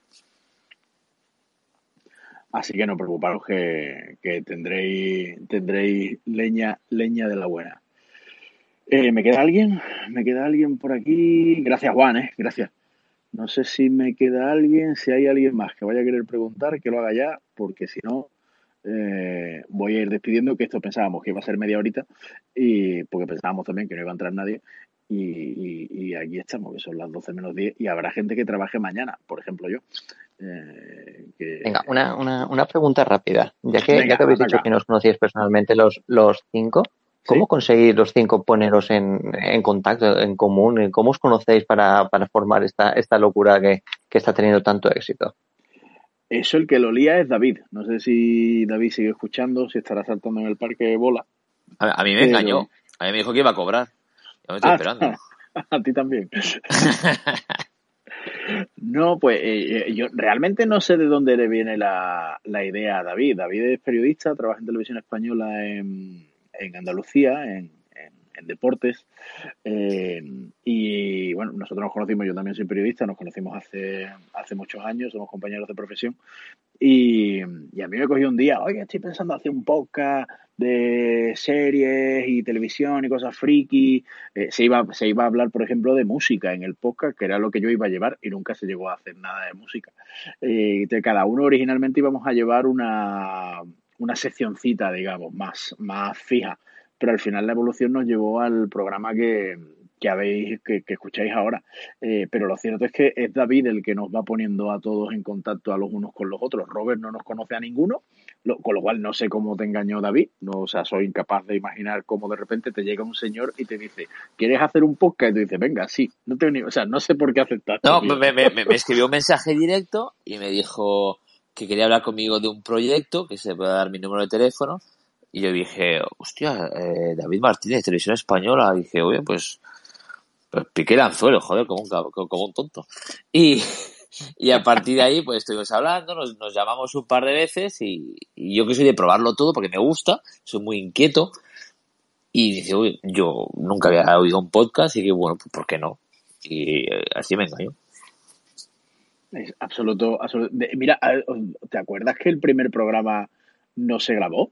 S2: Así que no preocuparos que tendréis leña de la buena. ¿Me queda alguien? ¿Me queda alguien por aquí? Gracias, Juan, gracias. No sé si me queda alguien, si hay alguien más que vaya a querer preguntar, que lo haga ya, porque si no, voy a ir despidiendo, que esto pensábamos que iba a ser media horita, y porque pensábamos también que no iba a entrar nadie, y aquí estamos, que son las 12 menos 10, y habrá gente que trabaje mañana, por ejemplo yo.
S4: Venga, una pregunta rápida. Ya que habéis
S2: ataca.
S4: dicho que nos conocíais personalmente los 5, ¿cómo conseguís los 5 poneros en contacto, en común? ¿Cómo os conocéis para formar esta locura que está teniendo tanto éxito?
S2: Eso el que lo lía es David. No sé si David sigue escuchando, si estará saltando en el parque de bola.
S7: A mí me engañó. A mí me dijo que iba a cobrar. Yo me estoy esperando.
S2: A ti también. No, pues yo realmente no sé de dónde le viene la idea a David. David es periodista, trabaja en Televisión Española en Andalucía, en deportes. Y bueno, nosotros nos conocimos, yo también soy periodista, nos conocimos hace muchos años, somos compañeros de profesión. Y a mí me cogió un día, oye, estoy pensando hacer un podcast de series y televisión y cosas friki. Se iba a hablar, por ejemplo, de música en el podcast, que era lo que yo iba a llevar, y nunca se llegó a hacer nada de música. De cada uno originalmente íbamos a llevar una seccioncita, digamos, más fija, pero al final la evolución nos llevó al programa que escucháis ahora. Pero lo cierto es que es David el que nos va poniendo a todos en contacto a los unos con los otros. Robert no nos conoce a ninguno, con lo cual no sé cómo te engañó David. No, o sea, soy incapaz de imaginar cómo de repente te llega un señor y te dice, ¿quieres hacer un podcast? Y tú dices, venga, sí. O sea, no sé por qué aceptaste.
S7: No, me escribió un mensaje directo y me dijo que quería hablar conmigo de un proyecto, que se puede dar mi número de teléfono. Y yo dije, hostia, David Martínez, Televisión Española. Y dije, oye, pues piqué el anzuelo, joder, como un tonto. Y a partir de ahí, pues estuvimos hablando, nos llamamos un par de veces y yo que soy de probarlo todo porque me gusta, soy muy inquieto. Y dice, uy, yo nunca había oído un podcast y que bueno, pues ¿por qué no? Y así me engañó.
S2: Es absoluto. Mira, ¿te acuerdas que el primer programa no se grabó?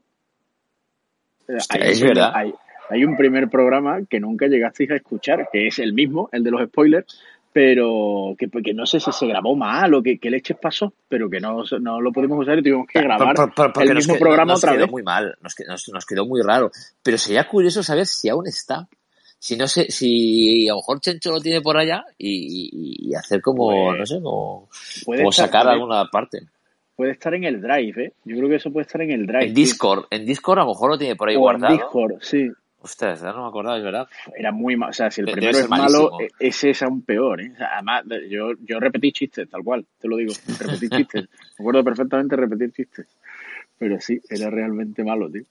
S7: Hostia, es verdad.
S2: Hay un primer programa que nunca llegasteis a escuchar, que es el mismo, el de los spoilers, pero que no sé si se grabó mal o qué leches pasó, pero que no lo pudimos usar y tuvimos que grabar el mismo programa otra vez.
S7: Nos quedó muy mal, nos quedó muy raro. Pero sería curioso saber si aún está. Si no sé, si a lo mejor Chencho lo tiene por allá y hacer como, pues, no sé, como sacar alguna parte.
S2: Puede estar en el Drive, ¿eh? Yo creo que eso puede estar en el Drive.
S7: En Discord a lo mejor lo tiene por ahí guardado.
S2: En Discord, sí.
S7: Ostras, ya no me acordaba, es verdad.
S2: Era muy malo. O sea, si el primero es malo, ese es aún peor, ¿eh? O sea, además, yo repetí chistes, tal cual, te lo digo. Repetí chistes. Me acuerdo perfectamente repetir chistes. Pero sí, era realmente malo, tío.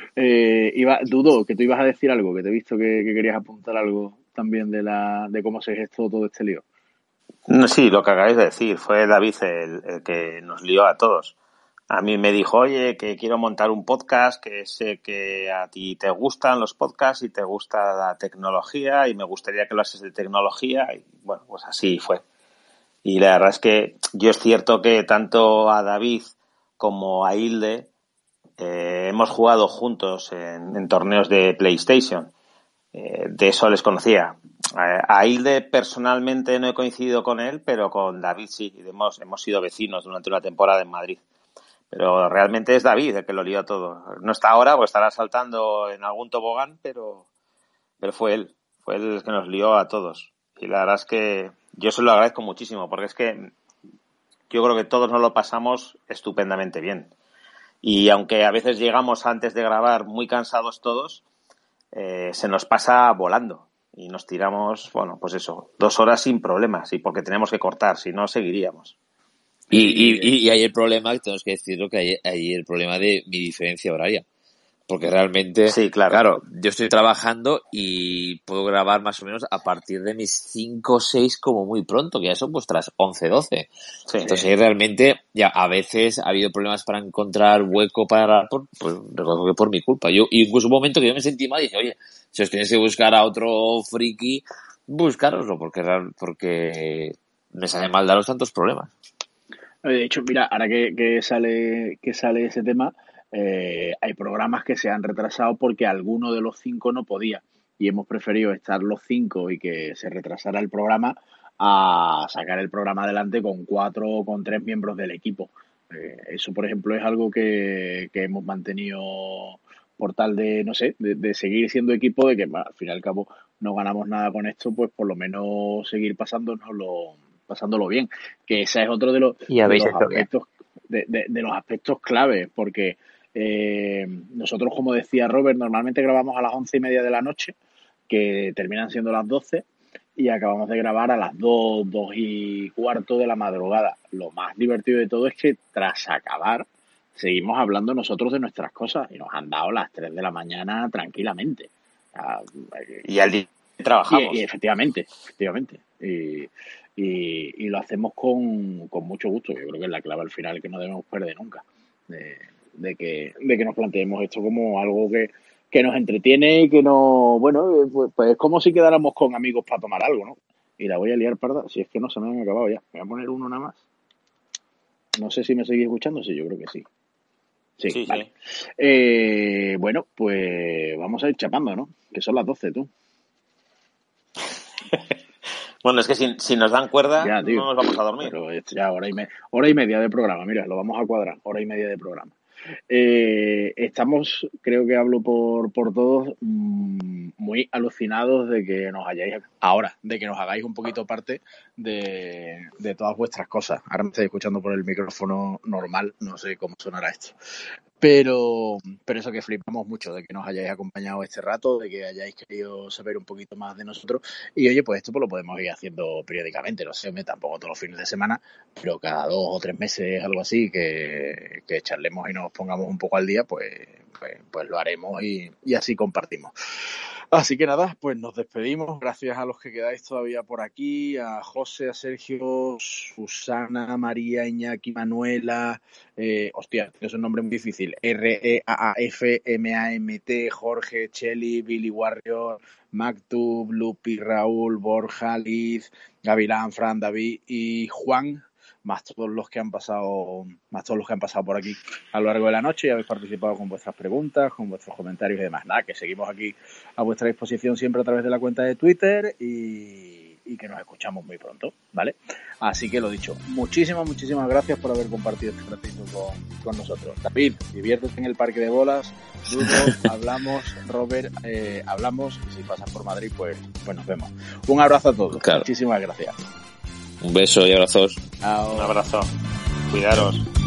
S2: Dudo que tú ibas a decir algo, que te he visto que querías apuntar algo también de cómo se gestó todo este lío.
S9: No, sí, lo que acabáis de decir, fue David el que nos lió a todos. A mí me dijo, oye, que quiero montar un podcast, que sé que a ti te gustan los podcasts y te gusta la tecnología y me gustaría que lo haces de tecnología. Y bueno, pues así fue. Y la verdad es que yo es cierto que tanto a David como a Hilde hemos jugado juntos en torneos de PlayStation. De eso les conocía. A Hilde personalmente no he coincidido con él, pero con David sí. Hemos sido vecinos durante una temporada en Madrid. Pero realmente es David el que lo lió todo. No está ahora, pues estará saltando en algún tobogán, pero fue él el que nos lió a todos. Y la verdad es que yo se lo agradezco muchísimo, porque es que yo creo que todos nos lo pasamos estupendamente bien. Y aunque a veces llegamos antes de grabar muy cansados todos, se nos pasa volando. Y nos tiramos, bueno, pues eso, 2 horas sin problemas. Y porque tenemos que cortar, si no seguiríamos.
S7: Y hay el problema, tenemos que decirlo, que hay el problema de mi diferencia horaria. Porque realmente,
S9: sí, claro,
S7: yo estoy trabajando y puedo grabar más o menos a partir de mis 5 o 6 como muy pronto, que ya son vuestras 11, 12. Sí. Entonces ahí realmente ya a veces ha habido problemas para encontrar hueco para por mi culpa. Yo incluso un momento que yo me sentí mal y dije, oye, si os tenéis que buscar a otro friki, buscároslo, porque me sale mal daros tantos problemas.
S2: De hecho, mira, ahora que sale ese tema, hay programas que se han retrasado porque alguno de los 5 no podía. y hemos preferido estar los 5 y que se retrasara el programa a sacar el programa adelante con 4 o con 3 miembros del equipo. Eso, por ejemplo, es algo que hemos mantenido por tal de, no sé, de seguir siendo equipo, de que al fin y al cabo no ganamos nada con esto, pues por lo menos seguir pasándolo bien. Que ese es otro de los aspectos claves, porque nosotros, como decía Robert, normalmente grabamos a las 11:30 de la noche, que terminan siendo las 12, y acabamos de grabar a las 2:15 de la madrugada. Lo más divertido de todo es que tras acabar seguimos hablando nosotros de nuestras cosas y nos han dado las 3 de la mañana tranquilamente.
S9: Y al día trabajamos.
S2: Y efectivamente. Y lo hacemos con mucho gusto. Yo creo que es la clave al final que no debemos perder nunca. De que nos planteemos esto como algo que nos entretiene y que no... Bueno, pues es como si quedáramos con amigos para tomar algo, ¿no? Y la voy a liar parda, si es que no se me han acabado ya. Me voy a poner uno nada más. No sé si me seguís escuchando. Sí, yo creo que sí. Sí, vale. Sí. Bueno, pues vamos a ir chapando, ¿no? Que son las 12, tú.
S9: Bueno, es que si nos dan cuerda, ya, no nos vamos a dormir.
S2: Pero ya hora y media de programa, mira, lo vamos a cuadrar, hora y media de programa. Estamos, creo que hablo por todos, muy alucinados de que nos hagáis un poquito parte de todas vuestras cosas. Ahora me estáis escuchando por el micrófono normal, no sé cómo sonará esto. Pero eso, que flipamos mucho de que nos hayáis acompañado este rato, de que hayáis querido saber un poquito más de nosotros. Y oye, pues esto pues lo podemos ir haciendo periódicamente, no sé, tampoco todos los fines de semana, pero cada 2 o 3 meses, algo así, que charlemos y nos pongamos un poco al día, pues lo haremos y así compartimos. Así que nada, pues nos despedimos. Gracias a los que quedáis todavía por aquí, a José, a Sergio, Susana, María, Iñaki, Manuela, hostia, es un nombre muy difícil, REAAFMAMT, Jorge, Cheli, Billy Warrior, Maktub, Lupi, Raúl, Borja, Liz, Gavilán, Fran, David y Juan, más todos los que han pasado por aquí a lo largo de la noche y habéis participado con vuestras preguntas, con vuestros comentarios y demás. Nada, que seguimos aquí a vuestra disposición siempre a través de la cuenta de Twitter y que nos escuchamos muy pronto, ¿vale? Así que lo dicho, muchísimas gracias por haber compartido este ratito con nosotros. David, diviértete en el parque de bolas. Dudo, hablamos. Robert, hablamos. Y si pasas por Madrid, pues nos vemos. Un abrazo a todos. Claro. Muchísimas gracias.
S7: Un beso y abrazos.
S2: Chao.
S9: Un abrazo. Cuidaros.